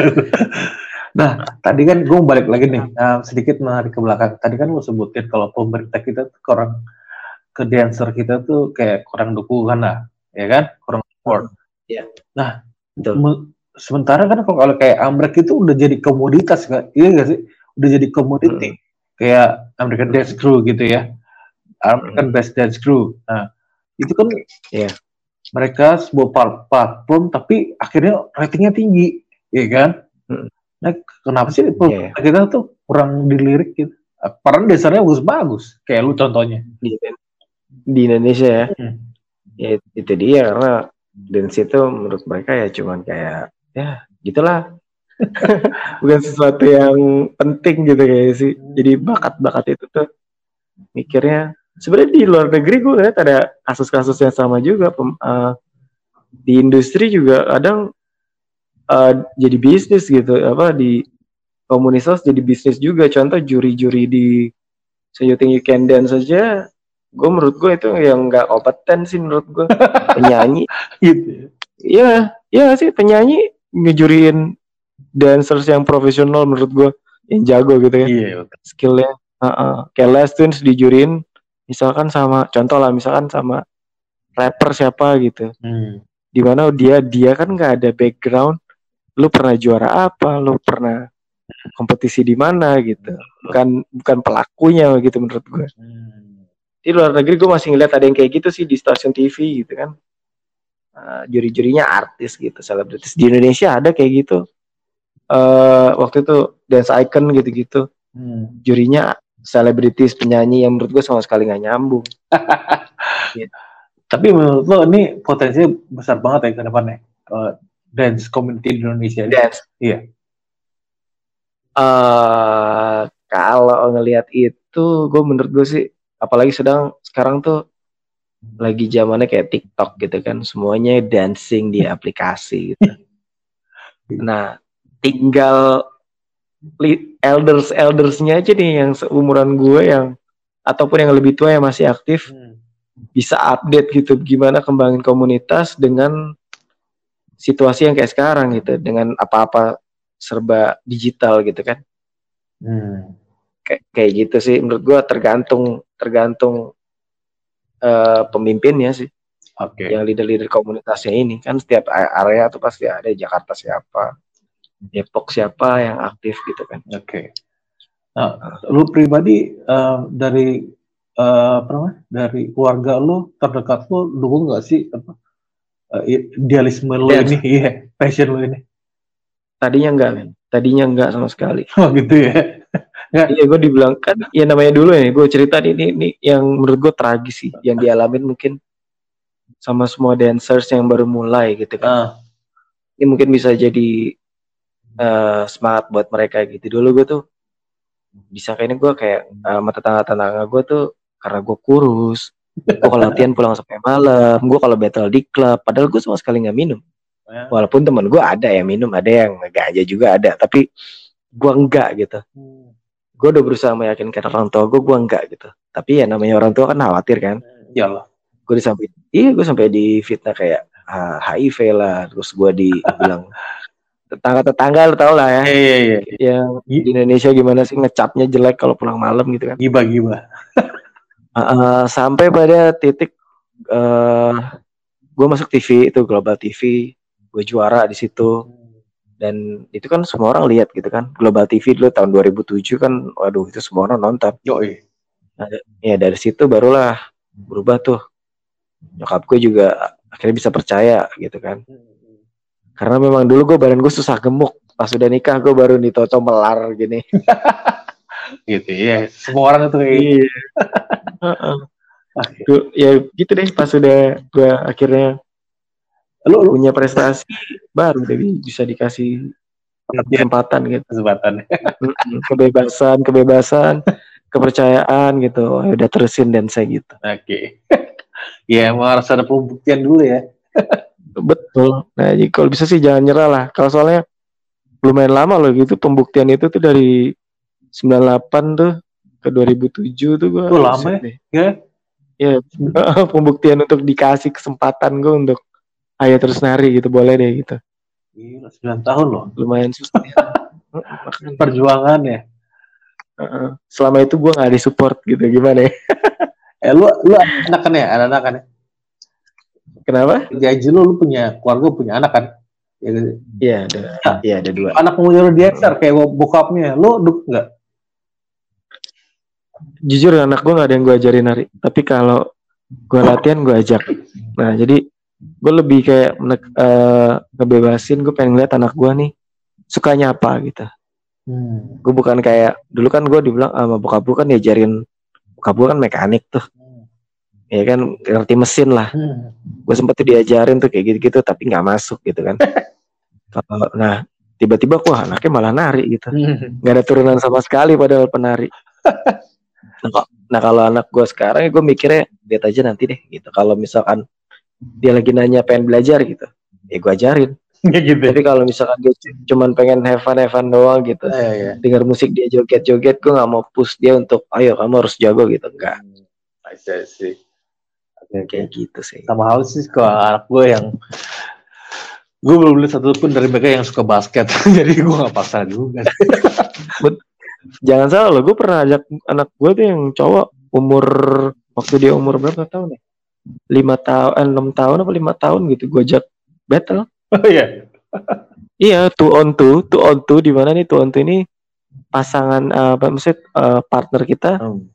[SPEAKER 2] Nah, tadi kan gue balik lagi nih, sedikit menarik ke belakang. Tadi kan lu sebutin kalau pemerintah kita tuh ke dancer kita tuh kayak kurang dukungan lah, ya kan? Kurang support.
[SPEAKER 3] Iya.
[SPEAKER 2] Nah, sementara kan kalau kayak Amrek itu udah jadi komoditas, iya nggak sih? Udah jadi komoditi, kayak American Dance Crew gitu ya, American Best Dance Crew. Nah, itu kan mereka sebuah platform, tapi akhirnya ratingnya tinggi, ya kan? Nah, kenapa sih kita tuh kurang dilirik gitu? Padahal dasarnya bagus-bagus, kayak lu contohnya.
[SPEAKER 3] Di Indonesia ya. Ya itu dia, karena dance itu menurut mereka ya cuman kayak ya gitulah. Bukan sesuatu yang penting gitu kayak sih. Jadi bakat-bakat itu tuh mikirnya sebenarnya di luar negeri gue lihat ada kasus-kasus yang sama juga. Di industri juga kadang jadi bisnis gitu, di komunitas jadi bisnis juga. Contoh juri-juri di So You Think You Can Dance saja, menurut gue itu yang nggak kompeten sih menurut gue. Penyanyi gitu. Iya sih, penyanyi ngejuriin dancers yang profesional menurut gue, yang jago gitu kan. Skillnya kayak Last Twins dijuriin misalkan sama rapper siapa gitu. Dimana dia kan nggak ada background, lu pernah juara apa, lu pernah kompetisi di mana gitu, bukan pelakunya gitu menurut gue. Di luar negeri gue masih ngeliat ada yang kayak gitu sih di stasiun TV gitu kan, juri-jurinya artis gitu, selebritis. Di Indonesia ada kayak gitu, waktu itu Dance Icon gitu-gitu, jurinya selebritis, penyanyi, yang menurut gue sama sekali nggak nyambung.
[SPEAKER 2] Gitu. Tapi menurut lo ini potensinya besar banget ya ke depannya, dance community di Indonesia.
[SPEAKER 3] Dance.
[SPEAKER 2] Iya.
[SPEAKER 3] Kalau ngelihat itu, gue menurut gue sih, apalagi sekarang tuh lagi zamannya kayak TikTok gitu kan, semuanya dancing di aplikasi gitu. Nah, tinggal eldersnya aja nih yang seumuran gue, yang ataupun yang lebih tua yang masih aktif, bisa update gitu gimana kembangin komunitas dengan situasi yang kayak sekarang gitu, dengan apa-apa serba digital gitu kan. Kayak gitu sih menurut gue, tergantung pemimpinnya sih. Yang leader komunitasnya ini kan, setiap area tuh pasti ada. Jakarta siapa, Depok siapa yang aktif gitu kan.
[SPEAKER 2] Nah, lu pribadi dari dari keluarga lu terdekat lu dukung nggak sih idealisme lu ini, passion lu ini?
[SPEAKER 3] Tadinya enggak sama sekali.
[SPEAKER 2] Oh gitu ya.
[SPEAKER 3] Iya, gue dibilang kan, ya namanya dulu ya, gue cerita ini yang menurut gue tragis sih, yang dialamin mungkin sama semua dancers yang baru mulai gitu kan. Ini mungkin bisa jadi semangat buat mereka gitu. Dulu gue tuh bisa kayaknya gue kayak sama tetangga gue tuh, karena gue kurus, gue kalau latihan pulang sampai malam, gue kalau battle di klub, padahal gue sama sekali nggak minum. Walaupun teman gue ada yang minum, ada yang gajah juga ada, tapi gue enggak gitu. Gue udah berusaha meyakinkan orang tua gue enggak gitu. Tapi ya namanya orang tua kan khawatir kan.
[SPEAKER 2] Iyalah.
[SPEAKER 3] Gue sampai di fitnah kayak HIV lah, terus gue dibilang tetangga lu tau lah ya.
[SPEAKER 2] Iya.
[SPEAKER 3] Yang di Indonesia gimana sih ngecapnya jelek kalau pulang malam gitu kan.
[SPEAKER 2] Gibah.
[SPEAKER 3] Sampai pada titik gue masuk TV itu Global TV, gue juara di situ. Dan itu kan semua orang lihat gitu kan. Global TV dulu tahun 2007 kan, waduh itu semua orang nonton. Nah, ya dari situ barulah berubah tuh. Nyokap gue juga akhirnya bisa percaya gitu kan. Karena memang dulu gue badan gue susah gemuk. Pas udah nikah gue baru ditocok melar gini.
[SPEAKER 2] Gitu ya. Semua orang itu kayak gitu.
[SPEAKER 3] Ya gitu deh, pas udah gue akhirnya lu punya prestasi baru deh bisa dikasih kesempatan gitu. Kebebasan, kepercayaan gitu. Udah terusin dan saya gitu.
[SPEAKER 2] Oke. Ya emang harus ada pembuktian dulu ya.
[SPEAKER 3] Betul. Nah, jadi kalau bisa sih jangan nyerah lah. Kalau soalnya lumayan lama loh gitu pembuktian itu tuh dari 98 tuh ke 2007 tuh gue.
[SPEAKER 2] Tuh lama ya?
[SPEAKER 3] Ya, pembuktian untuk dikasih kesempatan gue untuk ayo terus nari gitu, boleh deh gitu.
[SPEAKER 2] Gila, 9 tahun loh.
[SPEAKER 3] Lumayan susah.
[SPEAKER 2] Perjuangan ya.
[SPEAKER 3] Selama itu gue gak disupport gitu, gimana ya?
[SPEAKER 2] Lu anak-anak kan ya?
[SPEAKER 3] Kenapa?
[SPEAKER 2] Gaji lu punya keluarga, punya anak kan?
[SPEAKER 3] Iya, ada 2.
[SPEAKER 2] Anak mau nyuruh dancer kayak bokapnya, lu enggak?
[SPEAKER 3] Jujur anak gue gak ada yang gue ajarin nari, tapi kalau gue latihan gue ajak. Nah jadi gue lebih kayak ngebebasin, gue pengen lihat anak gue nih sukanya apa gitu. Gue bukan kayak dulu kan gue dibilang sama bokap gue kan diajarin, bokap gue kan mekanik tuh, ya kan ngerti mesin lah. Gue sempet tuh diajarin tuh kayak gitu-gitu tapi nggak masuk gitu kan. Nah tiba-tiba wah anaknya malah nari gitu, nggak ada turunan sama sekali padahal penari. Nah kalau anak gue sekarang ya gue mikirnya lihat aja nanti deh gitu. Kalau misalkan dia lagi nanya pengen belajar gitu, ya gue ajarin. Gitu. Tapi kalau misalkan dia cuman pengen have fun doang gitu, dengar musik dia joget-joget, gue nggak mau push dia untuk ayo kamu harus jago gitu, enggak.
[SPEAKER 2] Aja sih.
[SPEAKER 3] Kayak gitu sih.
[SPEAKER 2] Sama hal sih kalau anak gue yang gue belum lihat satu pun dari mereka yang suka basket, jadi gue nggak paksa juga.
[SPEAKER 3] Jangan salah loh, gue pernah ajak anak gue tuh yang cowok waktu dia umur berapa tahun ya? 6 tahun apa 5 tahun gitu, gue ajak battle.
[SPEAKER 2] Oh iya.
[SPEAKER 3] Iya, 2 on 2 di mana nih 2 on 2 ini pasangan partner kita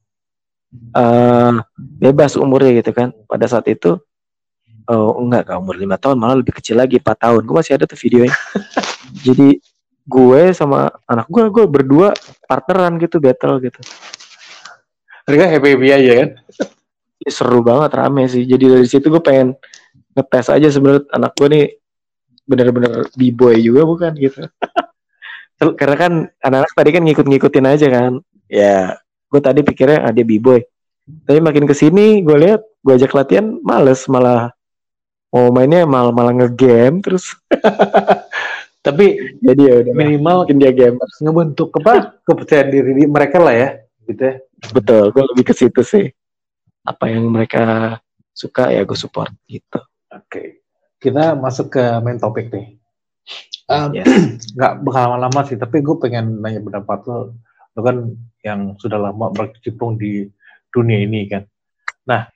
[SPEAKER 3] bebas umurnya gitu kan. Pada saat itu enggak umur 5 tahun, malah lebih kecil lagi 4 tahun. Gue masih ada tuh videonya. Jadi gue sama anak gue berdua partneran gitu, battle gitu.
[SPEAKER 2] Mereka happy aja kan?
[SPEAKER 3] Seru banget, rame sih. Jadi dari situ gue pengen ngetes aja sebenarnya anak gue nih bener-bener b-boy juga bukan gitu. Karena kan anak-anak tadi kan ngikut-ngikutin aja kan. Ya gue tadi pikirnya dia b-boy. Tapi makin kesini gue lihat, gue ajak latihan males, malah mau mainnya malah nge-game terus.
[SPEAKER 2] Tapi jadi ya udah minimal
[SPEAKER 3] mungkin dia gamers,
[SPEAKER 2] ngebentuk kepercayaan diri mereka lah ya gitu ya.
[SPEAKER 3] Betul, gue lebih ke situ sih. Apa yang mereka suka ya gue support gitu.
[SPEAKER 2] Oke. Kita masuk ke main topik nih. Nggak bakal lama sih, tapi gue pengen nanya pendapat lo kan yang sudah lama berkecimpung di dunia ini kan. Nah,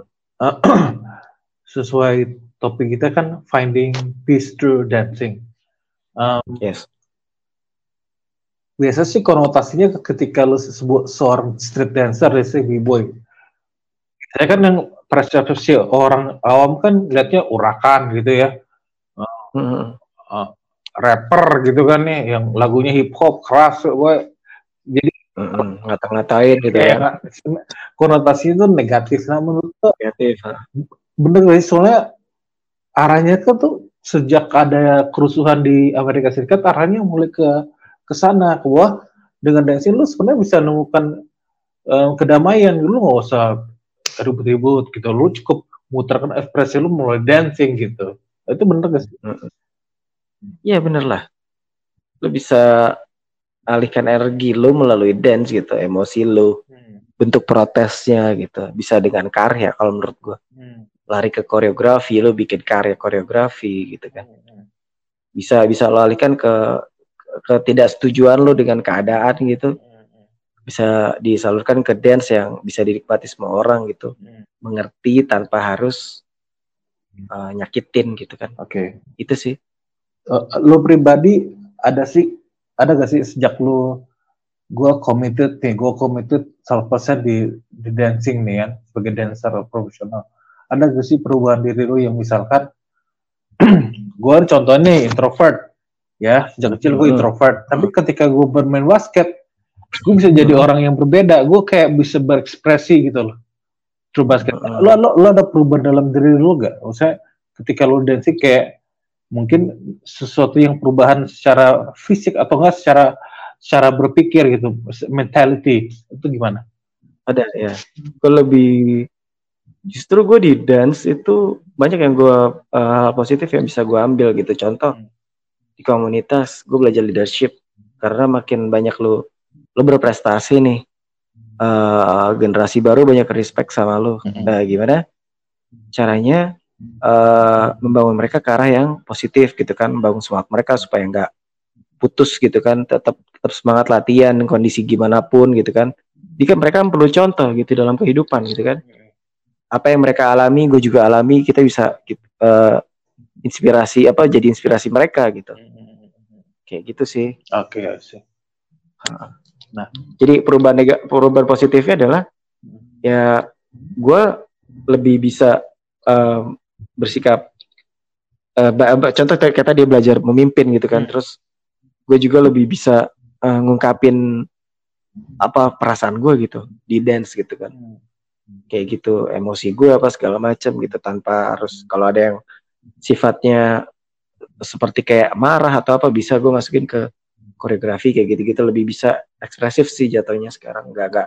[SPEAKER 2] sesuai topik kita kan finding peace through dancing.
[SPEAKER 3] Yes.
[SPEAKER 2] Biasa sih konotasinya ketika lo seorang street dancer, let's say b-boy. Saya kan yang persepsi orang awam kan lihatnya urakan gitu ya. Rapper gitu kan nih, yang lagunya hip hop keras, jadi
[SPEAKER 3] ngata-ngatain gitu ya.
[SPEAKER 2] Konotasi itu negatif. Nah menurut lo
[SPEAKER 3] negatif.
[SPEAKER 2] Bener gak sih? Soalnya arahnya tuh sejak ada kerusuhan di Amerika Serikat, arahnya mulai ke sana, ke bawah. Dengan dancing lu sebenarnya bisa menemukan kedamaian. Lu nggak usah ribut-ribut gitu. Lu cukup muterkan ekspresi lu mulai dancing gitu. Itu bener gak sih?
[SPEAKER 3] Iya bener lah. Lu bisa alihkan energi lu melalui dance gitu, emosi lu, bentuk protesnya gitu. Bisa dengan karya kalau menurut gua. Lari ke koreografi, lu bikin karya koreografi gitu kan. bisa lo alihkan ke ketidaksetujuan lo dengan keadaan gitu, bisa disalurkan ke dance yang bisa dinikmati semua orang gitu, mengerti tanpa harus nyakitin gitu kan.
[SPEAKER 2] Oke.
[SPEAKER 3] Itu sih.
[SPEAKER 2] Lo pribadi ada gak sih sejak lo gue committed 100% di dancing nih kan, sebagai dancer profesional, ada gak sih perubahan diri lo yang misalkan gue contohnya introvert ya, sejak kecil gue introvert, tapi ketika gue bermain basket gue bisa jadi orang yang berbeda, gue kayak bisa berekspresi gitu loh through basket. Lo ada perubahan dalam diri lo gak? Maksudnya ketika lo dancing kayak mungkin sesuatu yang perubahan secara fisik atau enggak secara berpikir gitu, mentality itu gimana?
[SPEAKER 3] Ada ya. Justru gue di dance itu banyak yang gue hal positif yang bisa gue ambil gitu. Contoh di komunitas gue belajar leadership, karena makin banyak lo berprestasi nih, generasi baru banyak respect sama lo. Gimana caranya membangun mereka ke arah yang positif gitu kan, membangun semangat mereka supaya nggak putus gitu kan, tetap semangat latihan kondisi gimana pun gitu kan. Jadi kan mereka perlu contoh gitu dalam kehidupan gitu kan. Apa yang mereka alami gue juga alami, kita bisa jadi inspirasi mereka gitu. Kayak gitu sih.
[SPEAKER 2] Oke, sih.
[SPEAKER 3] Nah, jadi perubahan positifnya adalah ya gue lebih bisa bersikap contoh kayak tadi belajar memimpin gitu kan, terus gue juga lebih bisa ngungkapin apa perasaan gue gitu di dance gitu kan, kayak gitu, emosi gue apa segala macam gitu, tanpa harus kalau ada yang sifatnya seperti kayak marah atau apa, bisa gue masukin ke koreografi kayak gitu-gitu, lebih bisa ekspresif sih jatuhnya sekarang, nggak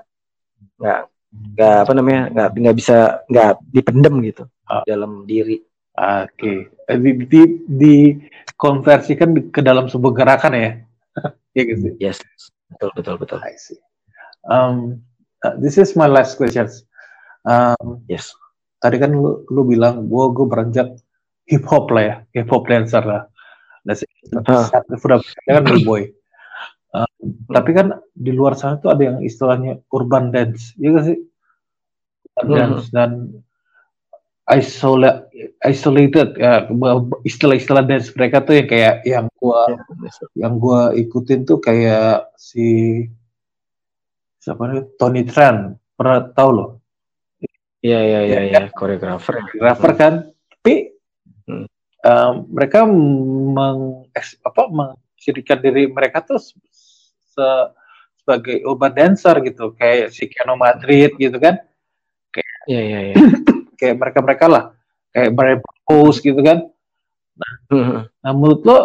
[SPEAKER 3] dipendem gitu dalam diri.
[SPEAKER 2] Oke. Dikonversikan ke dalam sebuah gerakan ya. Ya gitu.
[SPEAKER 3] Yes, betul.
[SPEAKER 2] I see. This is my last question.
[SPEAKER 3] Yes.
[SPEAKER 2] Tadi kan lu bilang gue beranjak hip hop lah ya, hip hop dancer lah. Udah kan b-boy. Tapi kan di luar sana tuh ada yang istilahnya urban dance, ya gak sih? Dance dan isolated ya, istilah-istilah dance mereka tuh yang kayak yang gua ikutin tuh kayak siapa nih, Tony Tran, pernah tahu loh?
[SPEAKER 3] Iya, koreografer
[SPEAKER 2] kan, tapi mereka menjadikan diri mereka tuh sebagai urban dancer gitu, kayak si Keanu Madrid gitu kan, kayak kayak mereka lah, kayak Brian Pose gitu kan. Nah, menurut lo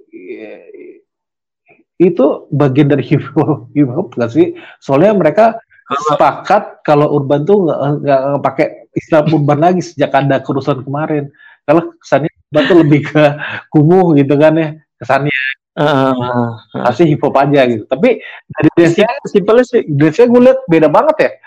[SPEAKER 2] itu bagian dari hip hop nggak sih? Soalnya mereka sepakat kalau urban tuh nggak pakai istilah urban lagi sejak ada kerusuhan kemarin. Kalau kesannya urban tuh lebih ke kumuh gitu kan ya, kesannya. Pasti hip hop aja gitu. Tapi dari simpelnya sih, dance-nya gue lihat beda banget ya.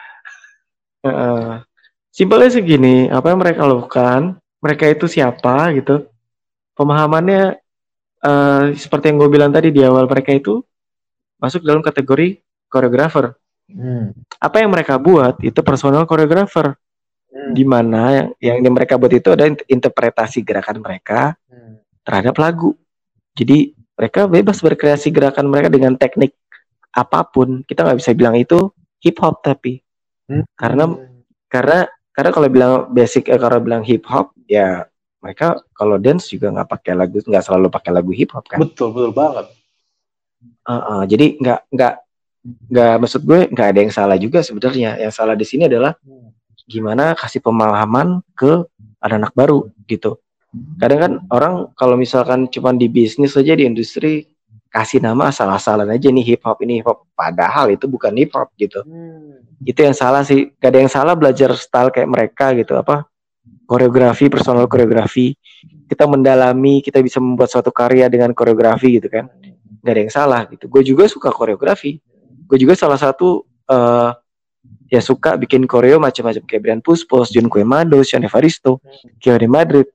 [SPEAKER 3] Simpelnya segini, apa yang mereka lakukan, mereka itu siapa gitu, pemahamannya seperti yang gue bilang tadi di awal, mereka itu masuk dalam kategori koreografer. Apa yang mereka buat itu personal koreografer, di mana yang mereka buat itu ada interpretasi gerakan mereka terhadap lagu. Jadi mereka bebas berkreasi gerakan mereka dengan teknik apapun. Kita nggak bisa bilang itu hip hop, tapi karena kalau bilang basic, kalau bilang hip hop ya mereka kalau dance juga nggak selalu pakai lagu hip hop kan.
[SPEAKER 2] Betul banget.
[SPEAKER 3] Jadi nggak maksud gue nggak ada yang salah juga sebenarnya. Yang salah di sini adalah gimana kasih pemahaman ke anak-anak baru gitu. Kadang kan orang kalau misalkan cuma di bisnis aja, di industri, kasih nama asal-asalan aja, nih hip hop, ini hip hop, padahal itu bukan hip hop gitu. Itu yang salah sih. Gak ada yang salah belajar style kayak mereka gitu, apa koreografi, personal koreografi, kita mendalami, kita bisa membuat suatu karya dengan koreografi gitu kan. Gak ada yang salah gitu. Gue juga suka koreografi, gue juga salah satu ya suka bikin koreo macam-macam kayak Brian Puspos, Jun Kue Mado, Sean Evaristo, Keanu Madrid.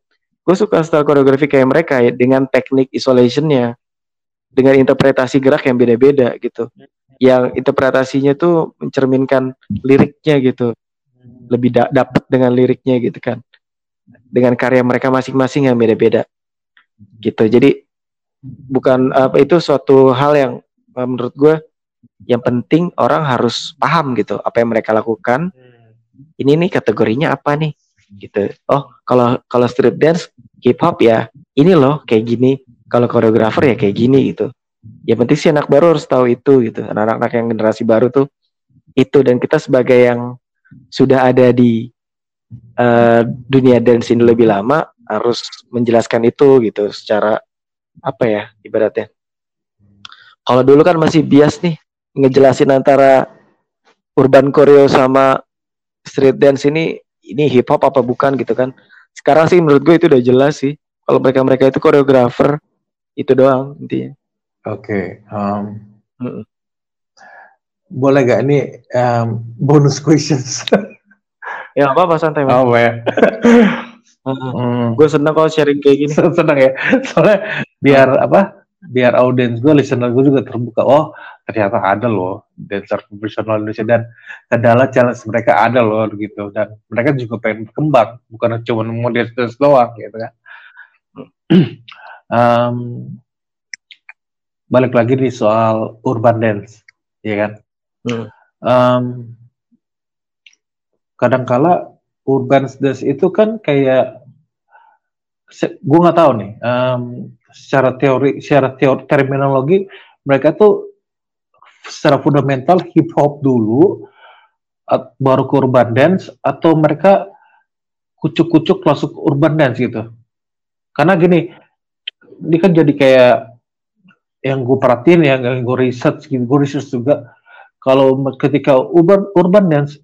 [SPEAKER 3] gue suka style koreografi kayak mereka ya, dengan teknik isolationnya, dengan interpretasi gerak yang beda-beda gitu, yang interpretasinya tuh mencerminkan liriknya gitu, lebih dapat dengan liriknya gitu kan, dengan karya mereka masing-masing yang beda-beda gitu. Jadi bukan itu suatu hal yang menurut gue yang penting orang harus paham gitu apa yang mereka lakukan. Ini nih kategorinya apa nih gitu. Oh, kalau street dance, hip hop ya ini loh kayak gini. Kalau koreografer ya kayak gini gitu. Yang penting sih anak baru harus tahu itu gitu. Anak-anak yang generasi baru tuh itu, dan kita sebagai yang sudah ada di dunia dance ini lebih lama harus menjelaskan itu gitu secara apa ya ibaratnya. Kalau dulu kan masih bias nih ngejelasin antara urban choreo sama street dance ini hip hop apa bukan gitu kan. Sekarang sih menurut gue itu udah jelas sih. Kalau mereka itu koreografer itu doang intinya.
[SPEAKER 1] Oke. Boleh gak ini bonus questions?
[SPEAKER 3] Ya apa santai.
[SPEAKER 1] Oh ya.
[SPEAKER 3] Gue seneng kalau sharing kayak gini.
[SPEAKER 1] Seneng ya. Soalnya biar audiens gue, listener gue juga terbuka. Oh, ternyata ada loh dancer profesional Indonesia, dan kendala challenge mereka ada loh gitu, dan mereka juga pengen berkembang, bukan cuma mau dance doang gitu kan. Balik lagi nih soal urban dance, ya kan? Kadangkala urban dance itu kan kayak, gue nggak tahu nih, secara teori terminologi mereka tuh secara fundamental hip hop dulu baru ke urban dance, atau mereka kucuk-kucuk masuk urban dance gitu. Karena gini, ini kan jadi kayak yang gue perhatiin ya, yang gue research juga, kalau ketika urban dance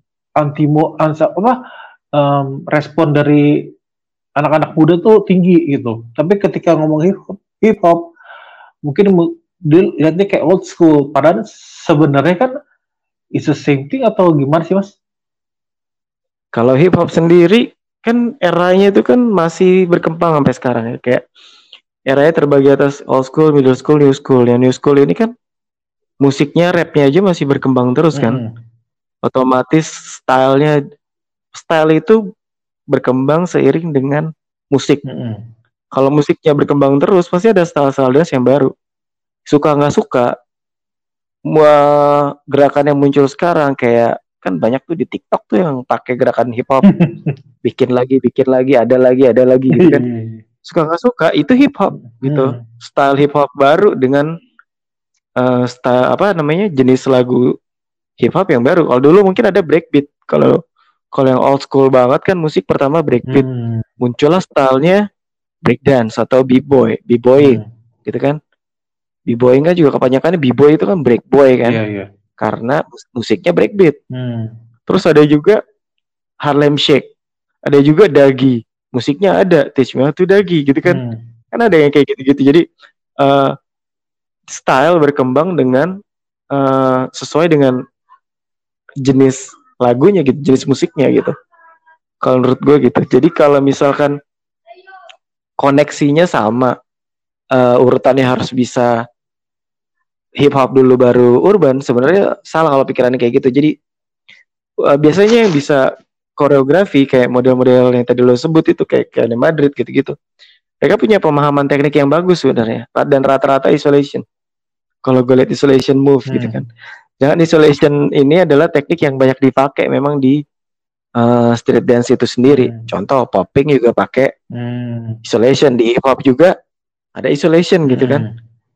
[SPEAKER 1] respon dari anak-anak muda tuh tinggi gitu. Tapi ketika ngomong hip hop mungkin dilihatnya kayak old school, padahal sebenarnya kan it's the same thing, atau gimana sih Mas?
[SPEAKER 3] Kalau hip hop sendiri kan eranya itu kan masih berkembang sampai sekarang ya, kayak eranya terbagi atas old school, middle school, new school. Yang new school ini kan musiknya, rapnya aja masih berkembang terus kan. Otomatis style itu berkembang seiring dengan musik. Kalau musiknya berkembang terus, pasti ada style-style dance yang baru. Suka nggak suka, gerakan yang muncul sekarang kayak kan banyak tuh di TikTok tuh yang pakai gerakan hip hop, bikin lagi, ada lagi gitu kan. Suka nggak suka itu hip hop gitu, style hip hop baru dengan style jenis lagu hip hop yang baru. Kalau dulu mungkin ada breakbeat. Kalau yang old school banget kan musik pertama breakbeat, muncullah stylenya breakdance atau b-boying gitu kan. B-boying kan juga kebanyakannya b-boy itu kan break boy kan, karena musiknya breakbeat. Terus ada juga Harlem Shake, ada juga Dagi, musiknya ada Teach Me How to Dagi gitu kan. Kan ada yang kayak gitu-gitu. Jadi style berkembang dengan sesuai dengan jenis lagunya gitu, jenis musiknya gitu. Kalau menurut gue gitu. Jadi kalau misalkan koneksinya sama, urutannya harus bisa hip hop dulu baru urban, sebenarnya salah kalau pikirannya kayak gitu. Jadi biasanya yang bisa koreografi kayak model-model yang tadi lo sebut itu kayak Madrid gitu-gitu, mereka punya pemahaman teknik yang bagus sebenarnya, dan rata-rata isolation. Kalau gue lihat isolation move gitu kan. Jangan isolation ini adalah teknik yang banyak dipakai memang di street dance itu sendiri. Contoh popping juga pakai isolation, di hip hop juga ada isolation gitu kan.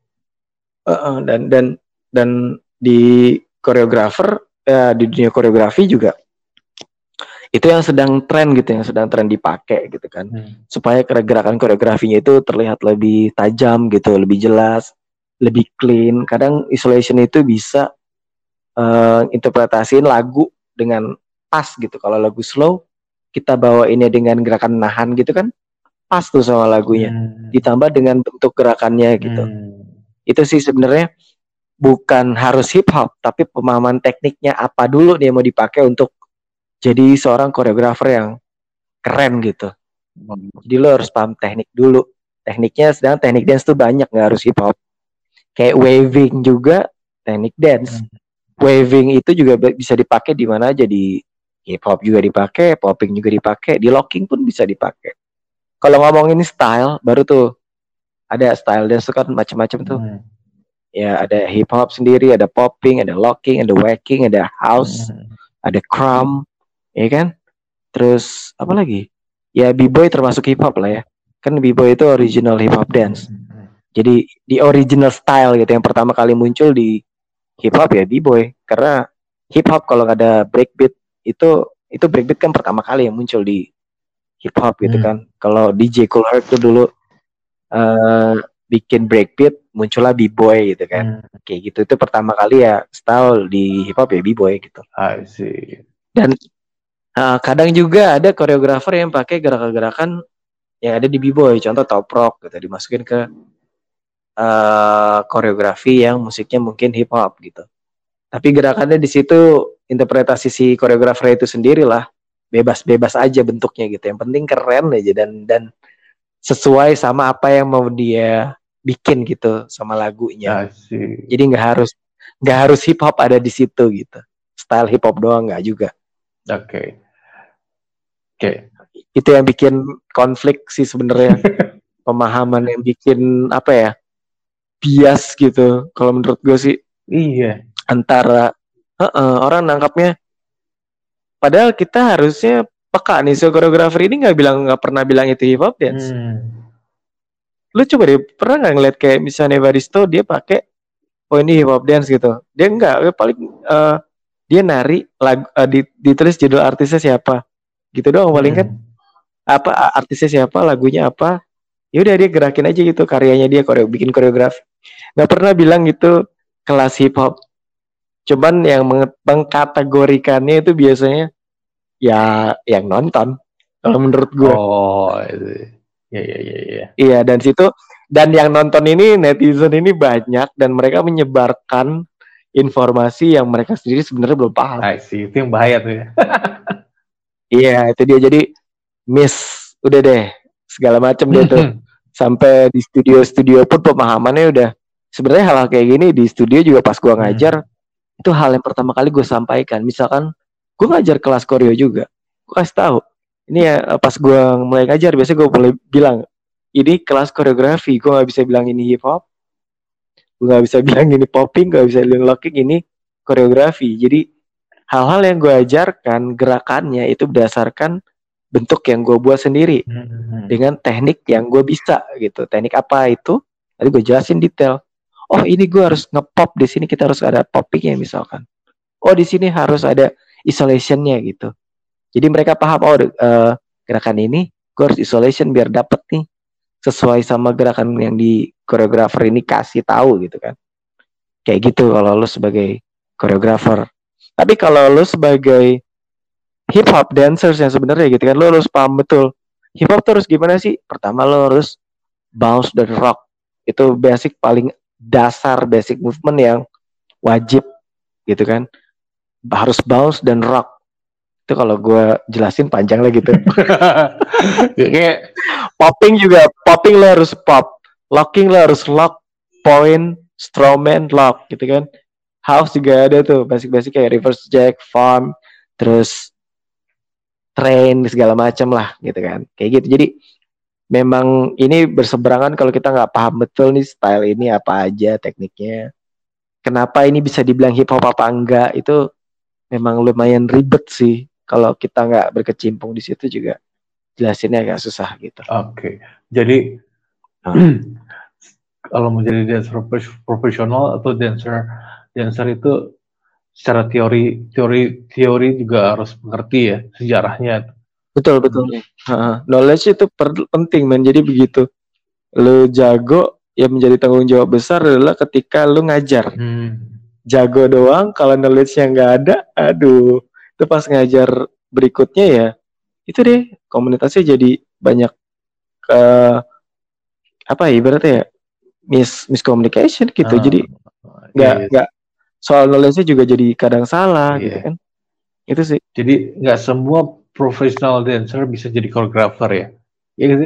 [SPEAKER 3] Dan di koreografer, di dunia koreografi juga itu yang sedang tren gitu, yang sedang tren dipakai gitu kan, supaya gerakan koreografinya itu terlihat lebih tajam gitu, lebih jelas, lebih clean. Kadang isolation itu bisa interpretasiin lagu dengan pas gitu. Kalau lagu slow kita bawainnya dengan gerakan nahan gitu kan, pas tuh sama lagunya, ditambah dengan bentuk gerakannya gitu. Itu sih sebenarnya bukan harus hip hop, tapi pemahaman tekniknya apa dulu nih yang mau dipakai untuk jadi seorang koreografer yang keren gitu. Jadi lo harus paham teknik dulu. Tekniknya, sedang teknik dance tuh banyak, nggak harus hip hop. Kayak waving juga teknik dance. Waving itu juga bisa dipakai di mana aja, di hip hop juga dipakai, popping juga dipakai, di locking pun bisa dipakai. Kalau ngomongin style, baru tuh ada style dance tuh kan macam-macam tuh. Ya ada hip hop sendiri, ada popping, ada locking, ada wacking, ada house, ada crumb, ya kan? Terus apa lagi? Ya b-boy termasuk hip hop lah ya. Kan b-boy itu original hip hop dance. Jadi di original style gitu yang pertama kali muncul di hip hop ya b-boy, karena hip hop kalau nggak ada breakbeat itu breakbeat kan pertama kali yang muncul di hip hop gitu kan. Kalau DJ Kool Herc tuh dulu bikin breakbeat, muncullah b-boy gitu kan. Kayak gitu, itu pertama kali ya style di hip hop ya b-boy gitu.
[SPEAKER 2] I see.
[SPEAKER 3] Dan kadang juga ada koreografer yang pakai gerakan-gerakan yang ada di b-boy, contoh top rock gitu, dimasukin ke koreografi yang musiknya mungkin hip hop gitu. Tapi gerakannya di situ interpretasi si koreografer itu sendiri lah, bebas-bebas aja bentuknya gitu. Yang penting keren aja dan sesuai sama apa yang mau dia bikin gitu sama lagunya. Jadi nggak harus hip hop ada di situ gitu. Style hip hop doang nggak juga.
[SPEAKER 2] Oke.
[SPEAKER 3] Itu yang bikin konflik sih sebenarnya. Pemahaman yang bikin apa ya, bias gitu. Kalau menurut gue sih.
[SPEAKER 2] Iya.
[SPEAKER 3] Antara orang nangkapnya, padahal kita harusnya peka nih, so koreografer ini nggak pernah bilang itu hip hop dance. Lu coba deh, pernah nggak ngeliat kayak misalnya Evaristo dia pakai ini hip hop dance gitu? Dia nggak, paling dia nari lagu, ditulis judul artisnya siapa, gitu doang paling kan. Apa artisnya siapa, lagunya apa, ya udah dia gerakin aja gitu, karyanya dia bikin koreografi. Nggak pernah bilang gitu kelas hip hop. Cuman yang mengkategorikannya itu biasanya ya yang nonton, kalau menurut gue.
[SPEAKER 2] Oh, iya.
[SPEAKER 3] Iya, dan yang nonton ini, netizen ini banyak, dan mereka menyebarkan informasi yang mereka sendiri sebenarnya belum paham.
[SPEAKER 2] Itu yang bahaya tuh ya.
[SPEAKER 3] Iya, itu dia, jadi udah deh segala macam deh tuh. Sampai di studio pun pemahamannya udah, sebenarnya hal-hal kayak gini di studio juga pas gua ngajar, itu hal yang pertama kali gue sampaikan. Misalkan gue ngajar kelas koreo juga, gue kasih tahu ini ya, pas gue mulai ngajar biasanya gue boleh bilang ini kelas koreografi, gue nggak bisa bilang ini hip hop, gue nggak bisa bilang ini popping, nggak bisa bilang locking, ini koreografi. Jadi hal-hal yang gue ajarkan gerakannya itu berdasarkan bentuk yang gue buat sendiri dengan teknik yang gue bisa gitu. Teknik apa itu tadi gue jelasin detail. Oh ini gue harus ngepop, di sini kita harus ada poppingnya misalkan. Oh di sini harus ada isolationnya gitu. Jadi mereka paham, gerakan ini gue harus isolation biar dapet nih sesuai sama gerakan yang di koreografer ini kasih tahu gitu kan. Kayak gitu kalau lo sebagai koreografer. Tapi kalau lo sebagai hip hop dancers yang sebenarnya gitu kan, lo harus paham betul hip hop terus gimana sih. Pertama lo harus bounce dan rock. Itu basic paling dasar, basic movement yang wajib gitu kan, harus bounce dan rock. Itu kalau gue jelasin panjang lah gitu.
[SPEAKER 2] Kayak
[SPEAKER 3] popping juga, popping lo harus pop, locking lo harus lock, point, strawman, lock gitu kan. House juga ada tuh basic-basic kayak reverse jack, farm, terus train segala macam lah gitu kan, kayak gitu. Jadi memang ini berseberangan kalau kita nggak paham betul nih style ini apa aja tekniknya. Kenapa ini bisa dibilang hip hop apa enggak, itu memang lumayan ribet sih. Kalau kita nggak berkecimpung di situ juga jelasinnya agak susah gitu.
[SPEAKER 2] Oke. Jadi kalau mau jadi dancer profesional atau dancer itu secara teori juga harus mengerti ya sejarahnya.
[SPEAKER 3] Betul. Knowledge itu penting, man. Jadi begitu lu jago, ya menjadi tanggung jawab besar adalah ketika lu ngajar. Jago doang, kalau knowledge-nya nggak ada, aduh, itu pas ngajar berikutnya ya, itu deh komunitasnya jadi banyak ibaratnya ya miscommunication gitu. Jadi nggak soal knowledge-nya juga jadi kadang salah gitu kan. Itu sih.
[SPEAKER 2] Jadi nggak semua professional dancer bisa jadi choreographer ya? Iya gitu.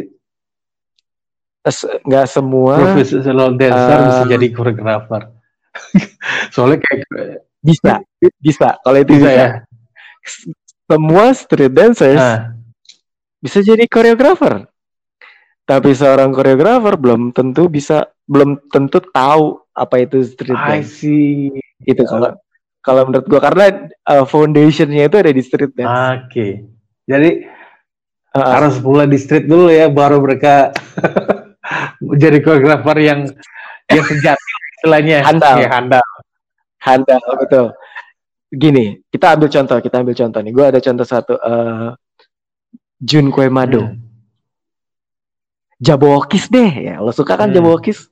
[SPEAKER 3] Nggak semua
[SPEAKER 2] Professional dancer bisa jadi koreografer. Soalnya kayak
[SPEAKER 3] bisa kalau itu bisa.
[SPEAKER 2] Ya.
[SPEAKER 3] Semua street dancers bisa jadi koreografer. Tapi seorang koreografer belum tentu tahu apa itu street dance. Itu kalau menurut gua, karena foundationnya itu ada di street dance.
[SPEAKER 2] Oke. Jadi harus mulai di street dulu ya, baru mereka jadi koreografer yang sejati istilahnya. Handal,
[SPEAKER 3] betul. Gini, kita ambil contoh nih. Gue ada contoh satu, Jun Koemado. Jabokis deh ya, lo suka kan Jabokis?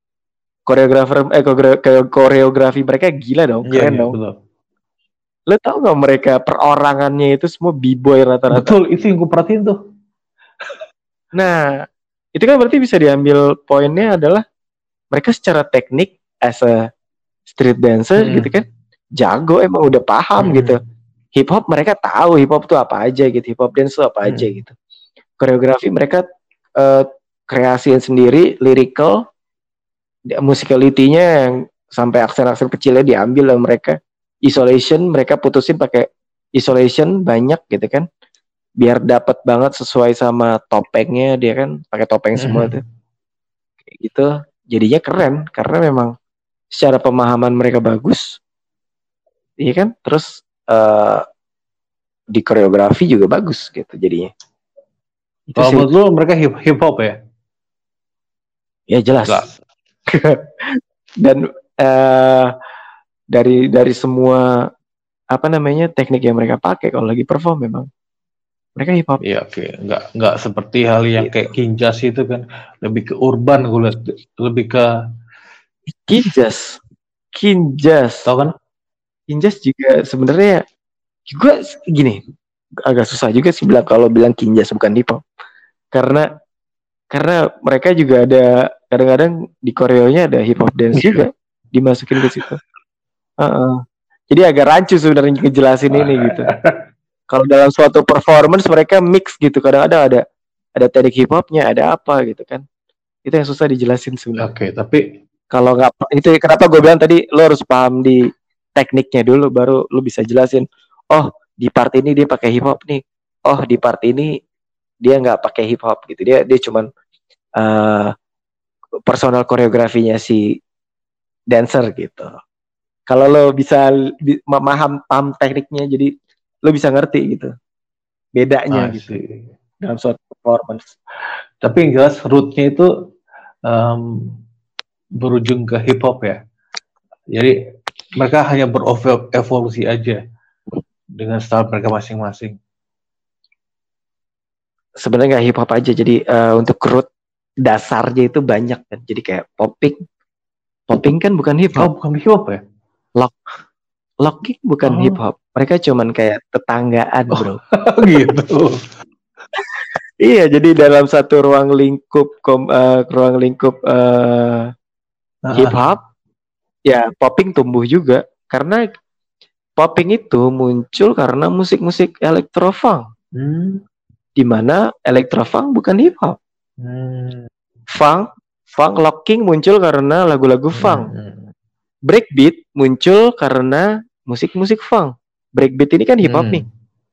[SPEAKER 3] Koreografi mereka gila dong, keren dong. Betul. Lo tau gak mereka perorangannya itu semua b-boy rata-rata?
[SPEAKER 2] Betul, itu yang gue perhatiin tuh.
[SPEAKER 3] Nah, itu kan berarti bisa diambil poinnya adalah mereka secara teknik as a street dancer gitu kan, jago, emang udah paham gitu. Hip hop mereka tahu hip hop tuh apa aja gitu, hip hop dance tuh apa aja gitu. Koreografi mereka kreasiin sendiri, lyrical, musicality-nya yang sampai aksen-aksen kecilnya diambil oleh mereka. Isolation mereka putusin pakai isolation banyak gitu kan, biar dapat banget sesuai sama topengnya, dia kan pakai topeng semua tuh. Kayak gitu, jadinya keren karena memang secara pemahaman mereka bagus. Iya kan? Terus di koreografi juga bagus gitu jadinya.
[SPEAKER 2] Kalau menurut lu mereka hip hop ya?
[SPEAKER 3] Ya jelas. Dan dari semua teknik yang mereka pakai kalau lagi perform memang mereka hip hop.
[SPEAKER 2] Iya, oke. Nggak seperti hal yang gitu. Kayak Kinjas itu kan lebih ke urban, gue lihat, lebih ke
[SPEAKER 3] Kinjas.
[SPEAKER 2] Tahu kan?
[SPEAKER 3] Kinjas juga sebenarnya juga gini, agak susah juga sih bilang Kinjas bukan hip hop. Karena mereka juga ada kadang-kadang di koreonya ada hip hop dance juga dimasukin ke situ. Jadi agak rancu sebenarnya ngejelasin ini gitu. Kalau dalam suatu performance mereka mix gitu, kadang-kadang ada teknik hip hopnya, ada apa gitu kan. Itu yang susah dijelasin sebenarnya.
[SPEAKER 2] Oke, tapi
[SPEAKER 3] kalau nggak, itu kenapa gue bilang tadi lo harus paham di tekniknya dulu, baru lo bisa jelasin. Oh, di part ini dia pakai hip hop nih. Oh, di part ini dia nggak pakai hip hop gitu. Dia cuman personal koreografinya si dancer gitu. Kalau lo bisa paham tekniknya, jadi lo bisa ngerti gitu bedanya gitu dalam suatu performance.
[SPEAKER 2] Tapi yang jelas rootnya itu berujung ke hip hop ya. Jadi mereka hanya berevolusi aja dengan style mereka masing-masing.
[SPEAKER 3] Sebenarnya nggak hip hop aja, jadi untuk root dasarnya itu banyak kan. Jadi kayak popping kan bukan hip hop.
[SPEAKER 2] Oh, bukan hip hop ya?
[SPEAKER 3] Locking bukan hip hop. Mereka cuman kayak tetanggaan, bro.
[SPEAKER 2] Gitu.
[SPEAKER 3] Iya, jadi dalam satu ruang lingkup hip hop, ya popping tumbuh juga. Karena popping itu muncul karena musik-musik electro-funk. Di mana electro-funk bukan hip hop. Funk locking muncul karena lagu-lagu funk. Breakbeat muncul karena musik-musik funk. Breakbeat ini kan hip hop nih.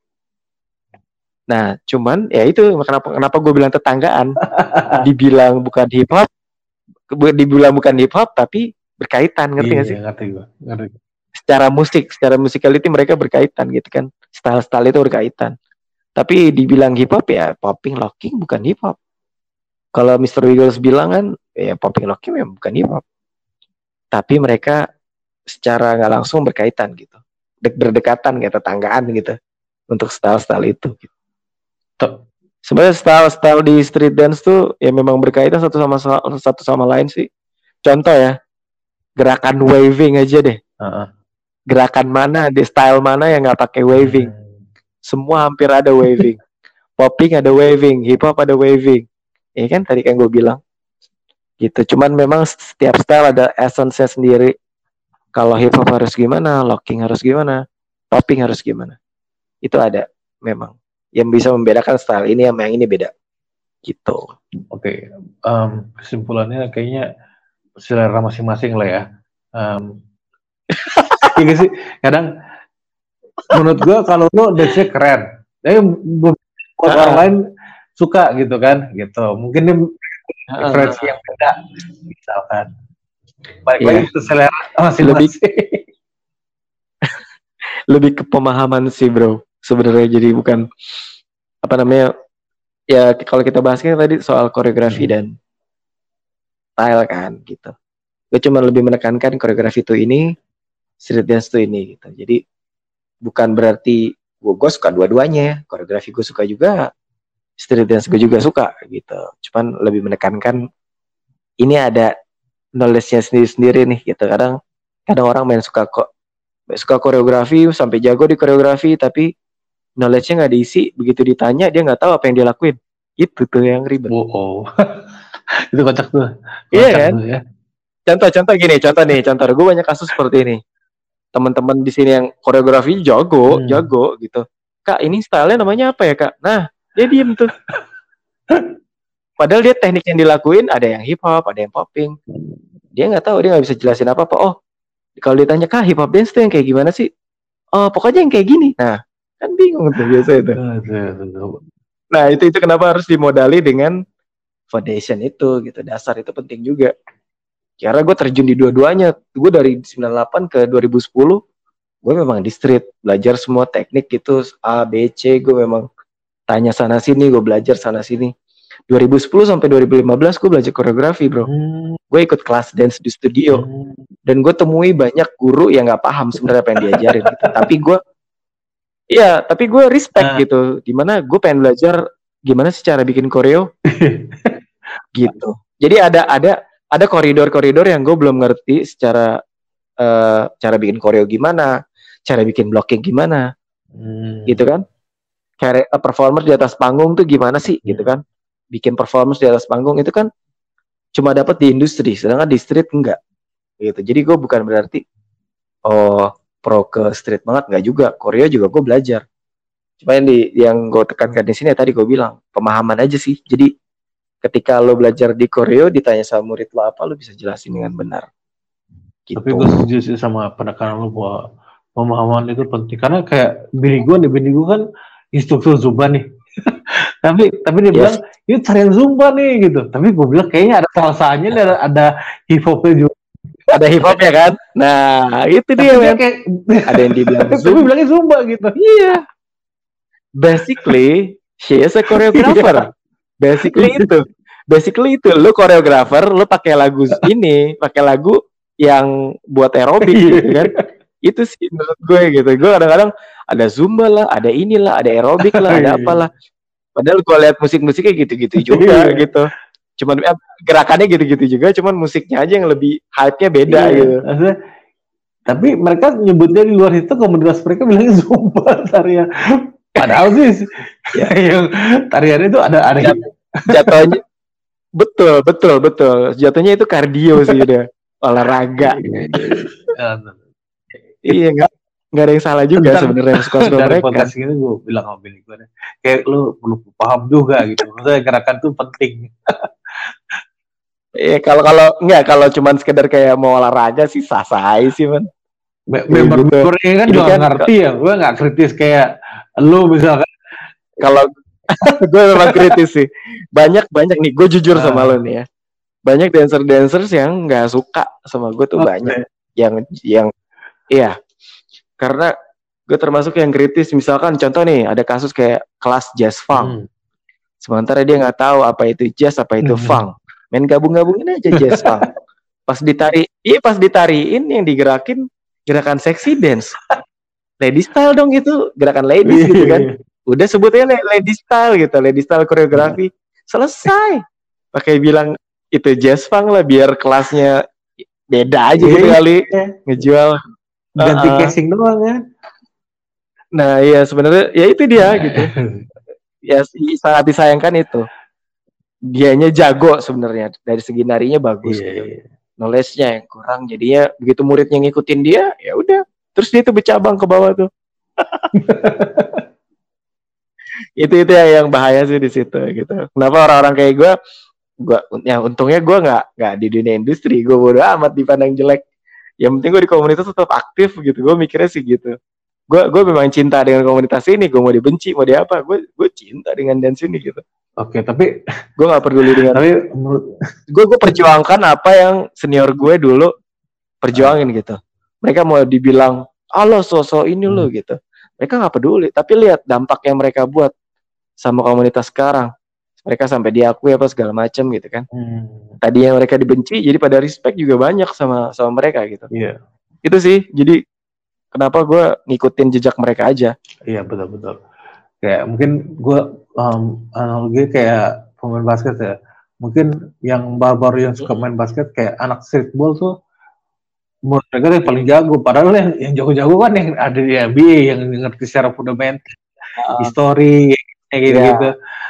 [SPEAKER 3] Nah, cuman ya itu kenapa gue bilang tetanggaan. Dibilang bukan hip hop, tapi berkaitan, ngerti gak sih?
[SPEAKER 2] Ngerti.
[SPEAKER 3] Secara musicality mereka berkaitan gitu kan. Style-style itu berkaitan. Tapi dibilang hip hop ya popping locking bukan hip hop. Kalau Mr. Wiggles bilang kan ya popping locking ya bukan hip hop. Tapi mereka secara nggak langsung berkaitan gitu. Berdekatan kayak tetanggaan gitu. Untuk style-style itu gitu. Sebenarnya style di street dance tuh ya memang berkaitan satu sama lain sih. Contoh ya, gerakan waving aja deh. Gerakan mana, di style mana yang nggak pakai waving? Semua hampir ada waving. Popping ada waving, hip hop ada waving. Ya kan tadi kan gue bilang. Gitu. Cuman memang setiap style ada essence-nya sendiri. Kalau hip hop harus gimana, locking harus gimana, popping harus gimana. Itu ada memang yang bisa membedakan style ini sama yang ini beda. gitu.
[SPEAKER 2] Oke. Kesimpulannya kayaknya selera masing-masing lah ya. Iya sih, kadang menurut gue kalau lo dance-nya keren, tapi orang lain suka gitu kan, gitu. Mungkin dia preferensi yang beda, misalkan. Baik lagi itu selera masing-masing.
[SPEAKER 3] Lebih ke pemahaman sih bro, sebenarnya. Jadi bukan apa namanya ya, kalau kita bahasnya tadi soal koreografi dan style kan gitu. Gue cuma lebih menekankan koreografi itu ini, street dance itu ini gitu. Jadi bukan berarti gue suka dua-duanya, koreografi gue suka juga, street dance gue juga suka gitu. Cuman lebih menekankan ini ada knowledge-nya sendiri-sendiri nih gitu. Kadang orang main suka koreografi sampai jago di koreografi, tapi knowledge-nya nggak diisi. Begitu ditanya dia nggak tahu apa yang dia lakuin. Itu tuh yang ribet.
[SPEAKER 2] Itu kocak tuh.
[SPEAKER 3] Iya kan? Ya. Contoh gue banyak kasus seperti ini. Teman-teman di sini yang koreografi jago gitu. Kak, ini style-nya namanya apa ya kak? Nah, dia diem tuh. Padahal dia teknik yang dilakuin ada yang hip hop, ada yang popping. Dia nggak tahu, dia nggak bisa jelasin apa-apa. Oh, kalau ditanya kak hip hop dance tuh yang kayak gimana sih? Oh, pokoknya yang kayak gini. Nah, kan bingung tuh biasa itu. Nah, itu kenapa harus dimodali dengan foundation itu gitu. Dasar itu penting juga. Karena gue terjun di dua-duanya. Gue dari 98 ke 2010 gue memang di street, belajar semua teknik gitu, A, B, C. Gue memang tanya sana sini, gue belajar sana sini. 2010 sampai 2015 gue belajar koreografi bro. Gue ikut kelas dance di studio. Dan gue temui banyak guru yang gak paham sebenarnya apa yang diajarin gitu. Tapi gue respect gitu. Dimana gue pengen belajar gimana sih cara bikin koreo gitu. Jadi ada koridor-koridor yang gue belum ngerti secara cara bikin koreo gimana, cara bikin blocking gimana, gitu kan? Kayak performer di atas panggung tuh gimana sih, gitu kan? Bikin performance di atas panggung itu kan cuma dapat di industri, sedangkan di street enggak, gitu. Jadi gue bukan berarti pro ke street banget, enggak juga. Koreo juga gue belajar. Cuma yang gue tekankan di sini tadi gue bilang pemahaman aja sih. Jadi ketika lo belajar di koreo ditanya sama murid lo apa, lo bisa jelasin dengan benar.
[SPEAKER 2] Gitu. Tapi gue setuju sih sama penekanan lo bahwa pemahaman itu penting, karena kayak bini gue kan instruktur Zumba nih. tapi dia bilang ini tarian Zumba nih gitu. Tapi gue bilang kayaknya ada salsanya, ada hip hopnya juga.
[SPEAKER 3] Ada hip hopnya kan? Nah itu dia men. Ada yang dibilang
[SPEAKER 2] tapi bilangnya Zumba gitu.
[SPEAKER 3] Iya. Basically she is a choreographer. Basically itu lu koreografer, lu pakai lagu yang buat aerobik gitu kan. Itu sih menurut gue gitu. Gue kadang-kadang ada Zumba lah, ada inilah, ada aerobik lah, ada apalah. Padahal gue lihat musiknya gitu-gitu juga gitu. Cuman gerakannya gitu-gitu juga, cuman musiknya aja yang lebih hype-nya beda gitu.
[SPEAKER 2] Tapi mereka nyebutnya di luar itu komunitas mereka bilangnya Zumba tarian. Padahal sih yang tarian itu ada
[SPEAKER 3] jatuhnya betul. Jatuhnya itu kardio sih udah, olahraga. Iya nggak ada yang salah juga sebenarnya suka-suka mereka. Dari
[SPEAKER 2] podcast ini gue bilang sama bini gue, kayak lu perlu paham juga gitu. Maksudnya gerakan tuh penting.
[SPEAKER 3] Iya kalau cuman sekedar kayak mau olahraga sih sah-sah sih man.
[SPEAKER 2] Member-membernya kan juga ngerti ya. Gue nggak kritis kayak lu misalkan.
[SPEAKER 3] Kalau gue memang kritis sih. Banyak nih. Gue jujur sama lo nih ya. Banyak dancers yang nggak suka sama gue tuh banyak. Yang iya. Karena gue termasuk yang kritis. Misalkan contoh nih ada kasus kayak kelas jazz funk. Sementara dia nggak tahu apa itu jazz, apa itu funk. Main gabung-gabungin aja jazz funk. Pas ditariin yang digerakin gerakan sexy dance. Lady style dong gitu, gerakan ladies gitu kan. Udah sebutnya lady style gitu, lady style koreografi. Selesai. Pakai bilang itu jazz funk lah biar kelasnya beda aja gitu kali. Ngejual
[SPEAKER 2] ganti casing doang kan.
[SPEAKER 3] Nah, iya sebenarnya ya itu dia gitu. Ya sangat disayangkan itu. Dianya jago sebenarnya, dari segi narinya bagus gitu. Knowledge-nya yang kurang, jadinya begitu muridnya ngikutin dia, ya udah. Terus dia tuh bercabang ke bawah tuh. itu yang bahaya sih di situ gitu. Kenapa orang-orang kayak gue yang untungnya gue nggak di dunia industri, gue bodo amat dipandang jelek. Yang penting gue di komunitas tetap aktif gitu. Gue mikirnya sih gitu. Gue memang cinta dengan komunitas ini. Gue mau dibenci mau di apa, gue cinta dengan dance ini gitu.
[SPEAKER 2] Oke, tapi
[SPEAKER 3] gue nggak peduli dengan. Tapi gue perjuangkan apa yang senior gue dulu perjuangin gitu. Mereka mau dibilang, lo sosok ini lo gitu. Mereka nggak peduli. Tapi lihat dampak yang mereka buat sama komunitas sekarang. Mereka sampai diakui apa segala macam gitu kan. Tadinya mereka dibenci, jadi pada respect juga banyak sama mereka gitu.
[SPEAKER 2] Iya.
[SPEAKER 3] Itu sih. Jadi kenapa gue ngikutin jejak mereka aja.
[SPEAKER 2] Iya, betul. Kayak mungkin gue analogi kayak pemain basket ya. Mungkin yang baru-baru yang suka main basket kayak anak streetball tuh menurut mereka yang paling jago. Padahal yang jago-jago kan yang ada di NBA yang ngerti secara fundamental, histori, kayak gitu-gitu.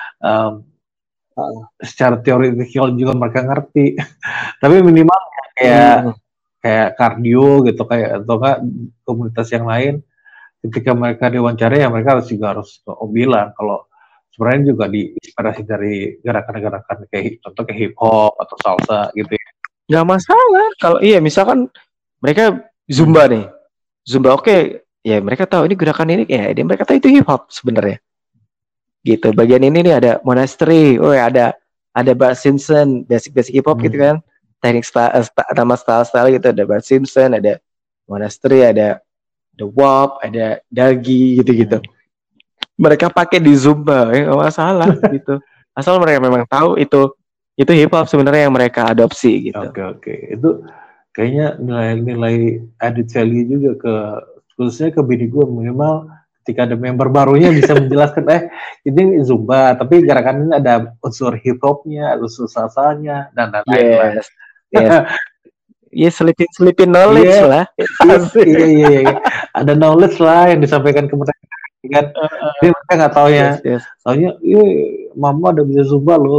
[SPEAKER 2] Secara teoritikal juga mereka ngerti. Tapi minimal kayak kardio gitu, kayak atau enggak komunitas yang lain. Ketika mereka diwawancara ya mereka harus bilang kalau sebenarnya juga diinspirasi dari gerakan-gerakan kayak contoh kayak hip hop atau salsa gitu ya.
[SPEAKER 3] Nggak masalah kalau misalkan mereka zumba nih, zumba oke. Ya mereka tahu ini gerakan ini ya, mereka tahu itu hip hop sebenarnya. Gitu. Bagian ini nih ada Monastery, ada Bart Simpson, basic hip hop gitu kan. Teknik style gitu, ada Bart Simpson, ada Monastery, ada The WAP, ada Dagi gitu-gitu. Mereka pakai di Zumba, nggak masalah gitu. Asal mereka memang tahu itu hip hop sebenarnya yang mereka adopsi gitu.
[SPEAKER 2] Oke. Itu kayaknya nilai added value juga khususnya ke bini gue, minimal ketika ada member barunya bisa menjelaskan ini Zumba, tapi gerakan ini ada unsur hip hopnya, unsur salsanya dan lain-lain.
[SPEAKER 3] Iya, selipin knowledge lah.
[SPEAKER 2] Iya. Ada knowledge lah yang disampaikan ke mereka kan. Tapi mereka nggak tahu ya. Soalnya, mama ada bisa Zumba loh.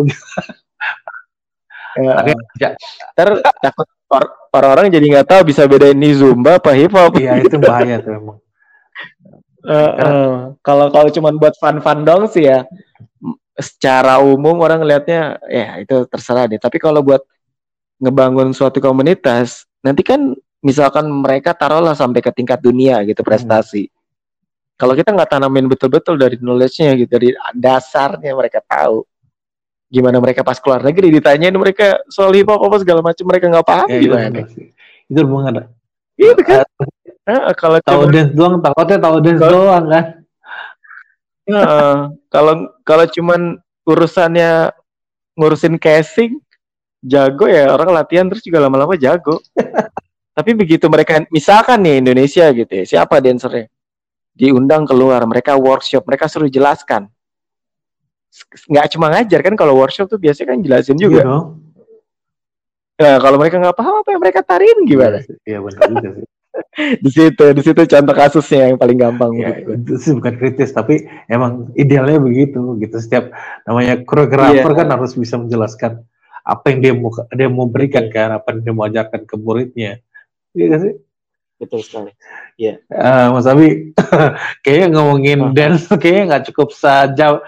[SPEAKER 3] Takut orang-orang jadi nggak tahu bisa bedain ini Zumba apa hip hop.
[SPEAKER 2] Iya, itu bahaya tuh emang.
[SPEAKER 3] Kalau cuma buat fun dong sih ya. Secara umum orang ngelihatnya ya itu terserah deh. Tapi kalau buat ngebangun suatu komunitas, nanti kan misalkan mereka taruhlah sampai ke tingkat dunia gitu prestasi. Kalau kita nggak tanamin betul-betul dari knowledge-nya gitu, dari dasarnya mereka tahu. Gimana mereka pas keluar negeri ditanyain mereka soal hip hop apa segala macam mereka nggak paham gimana?
[SPEAKER 2] Itu memang ada.
[SPEAKER 3] Iya kan? Kalau
[SPEAKER 2] tahu dance doang, takutnya tahu dance doang kan?
[SPEAKER 3] Kalau cuman urusannya ngurusin casing, jago ya orang latihan terus juga lama-lama jago. Tapi begitu mereka misalkan nih Indonesia gitu ya, siapa dancernya diundang keluar, mereka workshop, mereka suruh jelaskan. Nggak cuma ngajar kan, kalau workshop tuh biasanya kan jelasin juga. Nah kalau mereka nggak paham apa yang mereka tarin gimana?
[SPEAKER 2] Iya benar juga sih.
[SPEAKER 3] di situ contoh kasusnya yang paling gampang.
[SPEAKER 2] Itu sih bukan kritis, tapi emang idealnya begitu gitu. Setiap namanya koreografer kan harus bisa menjelaskan apa yang dia mau berikan kan, apa yang dia mau ajarkan ke muridnya. Iya gak sih?
[SPEAKER 3] Betul sekali. Iya.
[SPEAKER 2] Mas Abi, kayaknya ngomongin dance kayaknya nggak cukup saja.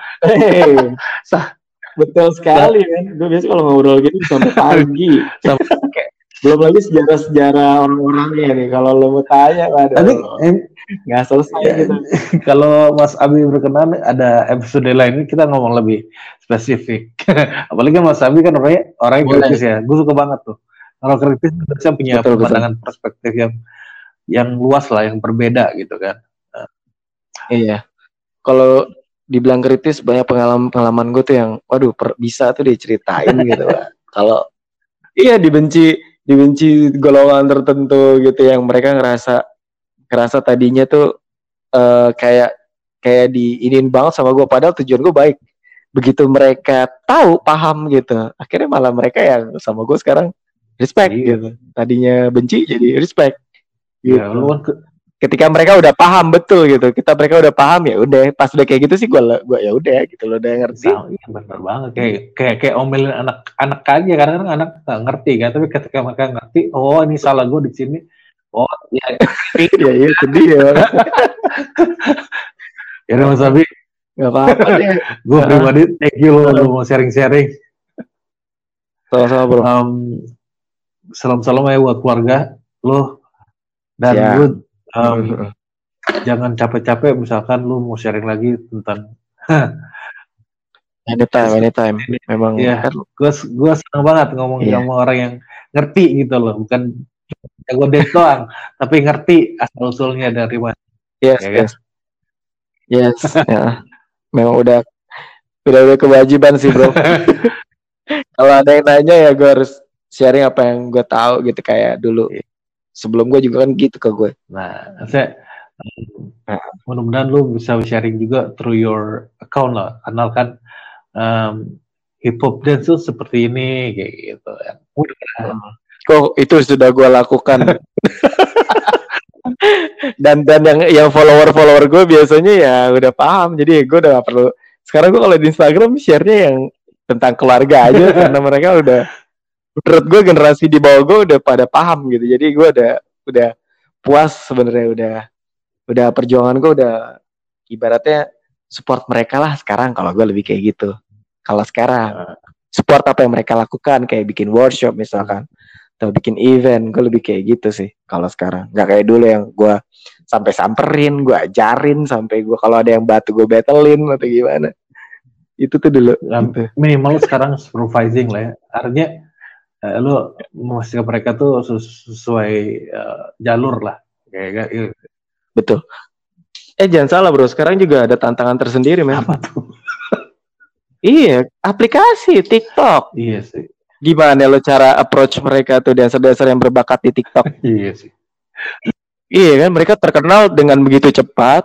[SPEAKER 3] Betul sekali kan. Gue biasa kalau ngobrol gitu sampai pagi. Belum lagi sejarah orang-orangnya nih. Kalau lo mau tanya,
[SPEAKER 2] tapi
[SPEAKER 3] nggak selesai gitu.
[SPEAKER 2] Kalau Mas Abi berkenan, ada episode lain kita ngomong lebih spesifik. Apalagi Mas Abi kan orangnya kritis ya. Gue suka banget tuh. Kalau kritis bisa punya pandangan perspektif yang luas lah, yang berbeda gitu kan.
[SPEAKER 3] Iya. Kalau dibilang kritis, banyak pengalaman gue tuh yang, waduh, bisa tuh diceritain gitu. Kalau dibenci golongan tertentu gitu yang mereka ngerasa tadinya tuh kayak diinin banget sama gue, padahal tujuan gue baik. Begitu mereka paham gitu, akhirnya malah mereka yang sama gue sekarang respect gitu. Tadinya benci jadi respect gitu. Ketika mereka udah paham betul gitu, mereka udah paham ya udah, pas udah kayak gitu sih gue ya udah gitu loh, udah ngerti.
[SPEAKER 2] Iya benar banget, kayak omelin anak aja, karena anak nggak ngerti kan, tapi ketika mereka ngerti, oh ini salah gue di sini, oh ya
[SPEAKER 3] ya sedih ya.
[SPEAKER 2] Ya Mas Abi,
[SPEAKER 3] Gak apa-apa deh.
[SPEAKER 2] Gue pribadi thank you lo mau sharing-sharing.
[SPEAKER 3] Sama-sama bro.
[SPEAKER 2] Salam-salam ya buat keluarga lo. Dan gue jangan capek-capek misalkan lo mau sharing lagi tentang
[SPEAKER 3] anytime. Memang
[SPEAKER 2] ya,
[SPEAKER 3] kan
[SPEAKER 2] gue senang banget ngomong sama orang yang ngerti gitu loh, bukan jago dance doang, tapi ngerti asal usulnya dari mana.
[SPEAKER 3] Yes. Ya. Memang udah kewajiban sih bro. Kalau ada yang nanya ya gue harus sharing apa yang gue tahu gitu, kayak dulu sebelum gue juga kan gitu ke gue.
[SPEAKER 2] Nah, mudah-mudahan lu bisa sharing juga through your account lah, kenalkan hip hop dance tuh seperti ini kayak gitu kan.
[SPEAKER 3] Kok itu sudah gue lakukan. dan yang follower gue biasanya ya udah paham, jadi gue udah gak perlu. Sekarang gue kalau di Instagram share-nya yang tentang keluarga aja karena mereka udah, menurut gue generasi di bawah gue udah pada paham gitu, jadi gue udah puas sebenarnya, udah perjuangan gue udah ibaratnya support mereka lah sekarang. Kalau gue lebih kayak gitu. Kalau sekarang support apa yang mereka lakukan, kayak bikin workshop misalkan atau bikin event, gue lebih kayak gitu sih kalau sekarang. Nggak kayak dulu yang gue sampai samperin, gue ajarin, sampai gue kalau ada yang batu gue battlein atau gimana. Itu tuh dulu. Gitu.
[SPEAKER 2] Minimal sekarang supervising lah ya. Artinya lu memastikan mereka tuh sesuai jalur lah. Kayak gitu.
[SPEAKER 3] Betul. Jangan salah bro, sekarang juga ada tantangan tersendiri men.
[SPEAKER 2] Apa tuh?
[SPEAKER 3] Iya, aplikasi TikTok.
[SPEAKER 2] Iya sih.
[SPEAKER 3] Gimana lo cara approach mereka tuh dancer-dancer yang berbakat di TikTok?
[SPEAKER 2] Iya sih.
[SPEAKER 3] Iya kan, mereka terkenal dengan begitu cepat,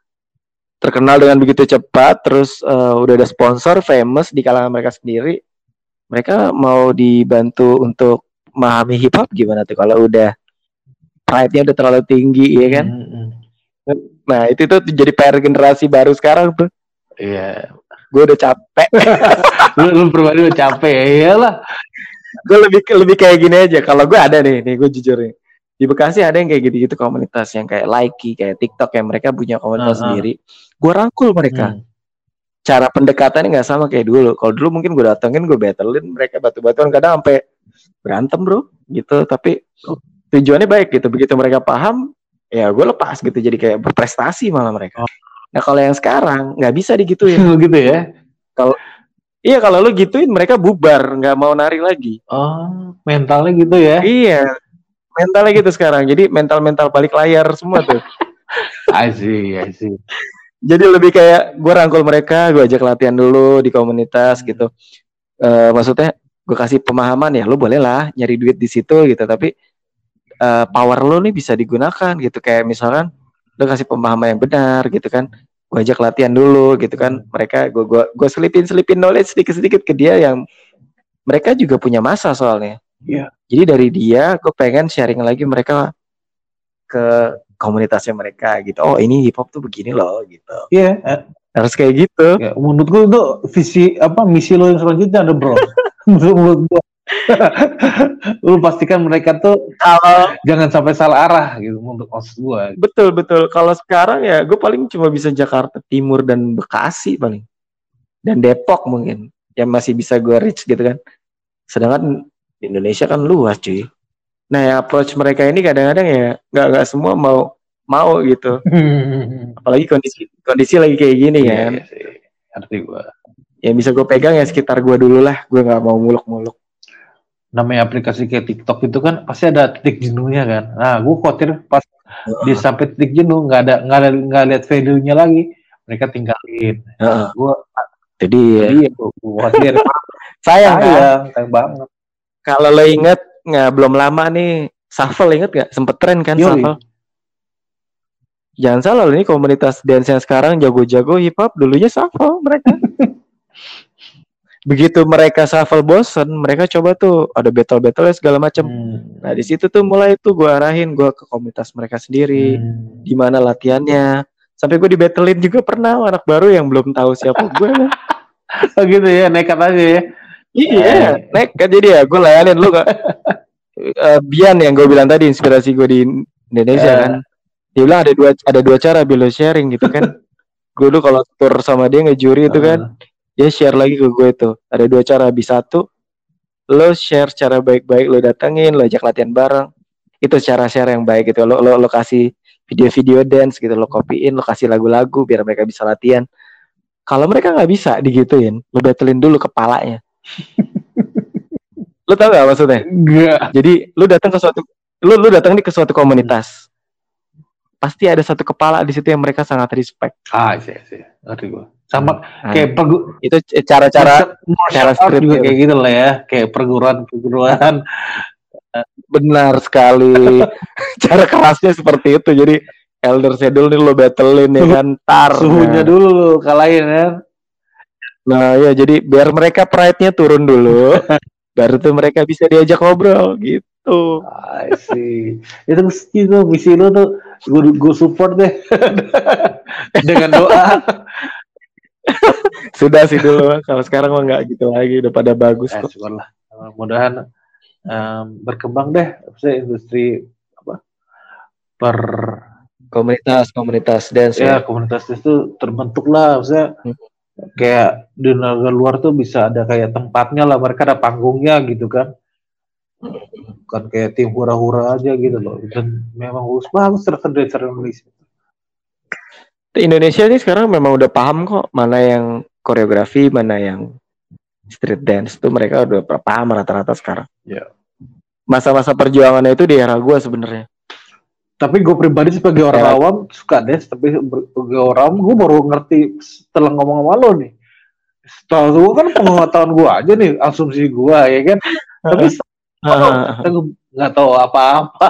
[SPEAKER 3] terus udah ada sponsor, famous di kalangan mereka sendiri. Mereka mau dibantu untuk memahami hip hop gimana tuh kalau udah pride-nya udah terlalu tinggi, ya kan? Nah itu tuh jadi PR generasi baru sekarang tuh.
[SPEAKER 2] Iya.
[SPEAKER 3] Gue udah capek.
[SPEAKER 2] lu pribadi udah capek ya, iyalah.
[SPEAKER 3] Gue lebih kayak gini aja. Kalau gue ada nih gue jujur nih. Di Bekasi ada yang kayak gitu-gitu komunitas yang kayak Likee, kayak TikTok yang mereka punya komunitas sendiri. Gue rangkul mereka. Cara pendekatannya nggak sama kayak dulu. Kalau dulu mungkin gue datengin, gue battlein mereka batu-batuan, kadang sampai berantem bro, gitu. Tapi tujuannya baik gitu. Begitu mereka paham, ya gue lepas gitu. Jadi kayak berprestasi malah mereka. Nah kalau yang sekarang nggak bisa digituin.
[SPEAKER 2] Gitu ya?
[SPEAKER 3] Kalau lu gituin mereka bubar, nggak mau nari lagi.
[SPEAKER 2] Oh, mentalnya gitu ya?
[SPEAKER 3] Iya, mentalnya gitu sekarang. Jadi mental balik layar semua tuh.
[SPEAKER 2] I see.
[SPEAKER 3] Jadi lebih kayak gue rangkul mereka, gue ajak latihan dulu di komunitas gitu. Maksudnya gue kasih pemahaman ya, lu boleh lah nyari duit di situ gitu. Tapi power lu nih bisa digunakan gitu. Kayak misalkan lu kasih pemahaman yang benar gitu kan. Gue ajak latihan dulu gitu kan. Mereka gue selipin knowledge sedikit-sedikit ke dia yang mereka juga punya masa soalnya.
[SPEAKER 2] Iya.
[SPEAKER 3] Jadi dari dia gue pengen sharing lagi mereka ke komunitasnya mereka gitu. Oh ini hip hop tuh begini loh gitu.
[SPEAKER 2] Iya.
[SPEAKER 3] Harus kayak gitu.
[SPEAKER 2] Ya, menurut gue itu misi lo yang selanjutnya ada bro. Menurut gue. Lu pastikan mereka tuh jangan sampai salah arah gitu untuk maksud gue.
[SPEAKER 3] Betul. Kalau sekarang ya gue paling cuma bisa Jakarta Timur dan Bekasi paling. Dan Depok mungkin yang masih bisa gue reach gitu kan. Sedangkan di Indonesia kan luas cuy. Nah yang approach mereka ini kadang-kadang ya nggak semua mau gitu. Apalagi kondisi lagi kayak gini kan.
[SPEAKER 2] Iya sih. Arti gue.
[SPEAKER 3] Yang bisa gue pegang ya sekitar gue dulu lah. Gue nggak mau muluk-muluk.
[SPEAKER 2] Namanya aplikasi kayak TikTok itu kan pasti ada titik jenuhnya kan. Nah, gue khawatir pas dia sampai titik jenuh nggak lihat value-nya lagi, mereka tinggalin. Gue
[SPEAKER 3] jadi
[SPEAKER 2] gue khawatir.
[SPEAKER 3] sayang
[SPEAKER 2] banget.
[SPEAKER 3] Kalau lo inget nggak, belum lama nih shuffle, inget nggak? Sempet tren kan shuffle. Jangan salah loh, ini komunitas dance yang sekarang jago-jago hip hop dulunya shuffle mereka. Begitu mereka shuffle bosen, mereka coba tuh ada battle segala macam. Nah di situ tuh mulai tuh gue arahin gue ke komunitas mereka sendiri, di mana latihannya. Sampai gue di battlein juga pernah anak baru yang belum tahu siapa gue.
[SPEAKER 2] Oh gitu ya, nekat aja ya.
[SPEAKER 3] Iya, nekat jadi ya gue layanin lu gak. Bian yang gue bilang tadi inspirasi gue di Indonesia kan. Dia bilang ada dua cara bilo sharing gitu kan. Gue dulu kalau tour sama dia ngejuri itu kan, dia share lagi ke gue tuh. Ada 2 cara. Bisa satu, lo share secara baik-baik, lo datengin, lo ajak latihan bareng. Itu cara share yang baik gitu. Lo kasih video-video dance gitu, lo copyin, lo kasih lagu-lagu biar mereka bisa latihan. Kalau mereka nggak bisa digituin, lo battlein dulu kepalanya. Lo tau gak maksudnya?
[SPEAKER 2] Enggak.
[SPEAKER 3] Jadi lo datang nih ke suatu komunitas. Pasti ada satu kepala di situ yang mereka sangat respect.
[SPEAKER 2] Sih. Ngerti gue. Sama kayak
[SPEAKER 3] itu cara
[SPEAKER 2] street juga kayak gitu lah ya, kayak perguruan.
[SPEAKER 3] Benar sekali. Cara kerasnya seperti itu. Jadi Elder Shadow nih lo battlein ya kan,
[SPEAKER 2] suhunya dulu lo kalahin ya.
[SPEAKER 3] Nah ya, jadi biar mereka pride-nya turun dulu, baru tuh mereka bisa diajak ngobrol gitu.
[SPEAKER 2] I see. Itu misi lo tuh gue support deh dengan doa.
[SPEAKER 3] Sudah sih dulu, kalau sekarang mah nggak gitu lagi, udah pada bagus kok.
[SPEAKER 2] Syukurlah. Mudahan berkembang deh, maksudnya industri per
[SPEAKER 3] komunitas dance
[SPEAKER 2] ya. Komunitas dance itu terbentuk lah, maksudnya kayak di negara luar tuh bisa ada kayak tempatnya lah, mereka ada panggungnya gitu kan. Bukan kayak tim hura-hura aja gitu loh. Dan memang bagus dancer Indonesia.
[SPEAKER 3] Indonesia ini sekarang memang udah paham kok mana yang koreografi, mana yang street dance tuh mereka udah paham rata-rata sekarang.
[SPEAKER 2] Ya.
[SPEAKER 3] Masa-masa perjuangannya itu di era gue sebenarnya.
[SPEAKER 2] Tapi gue pribadi sebagai orang awam suka dance, tapi sebagai orang awam gue baru ngerti setelah ngomong sama lo nih. Setelah gue kan pengetahuan gue aja nih, asumsi gue ya kan. Tapi gue nggak tahu apa-apa.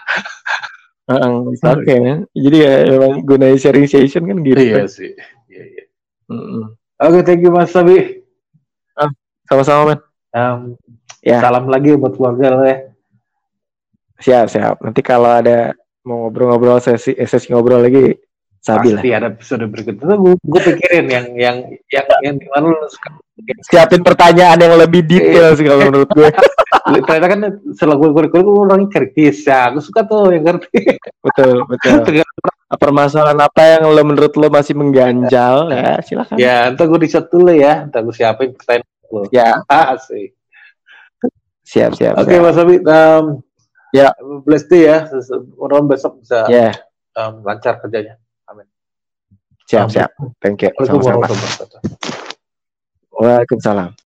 [SPEAKER 3] Oke, jadi ya emang gunain sharing session kan gitu.
[SPEAKER 2] Iya sih. Iya. Oke, thank you Mas Sabi.
[SPEAKER 3] Sama-sama men.
[SPEAKER 2] Salam lagi buat keluarga lo ya.
[SPEAKER 3] Siap. Nanti kalau ada mau ngobrol-ngobrol sesi ngobrol lagi, Sabi lah.
[SPEAKER 2] Pasti ada episode berikutnya. Gue pikirin yang di mana lo suka.
[SPEAKER 3] Siapin pertanyaan yang lebih detail sih kalau menurut gue.
[SPEAKER 2] Ternyata kan setelah gue orangnya kritis ya, gue suka tuh yang ngerti.
[SPEAKER 3] Betul. Permasalahan apa yang menurut lo masih mengganjal ya silakan.
[SPEAKER 2] Ya, entar gue di-shot dulu ya, entar gue siapin pertanyaan lo.
[SPEAKER 3] Ya.
[SPEAKER 2] Asik.
[SPEAKER 3] Siap.
[SPEAKER 2] Oke, Mas Abi,
[SPEAKER 3] ya.
[SPEAKER 2] Bless day ya, orang besok bisa lancar kerjanya. Amin.
[SPEAKER 3] Siap. Thank you. Sama-sama. Waalaikumsalam.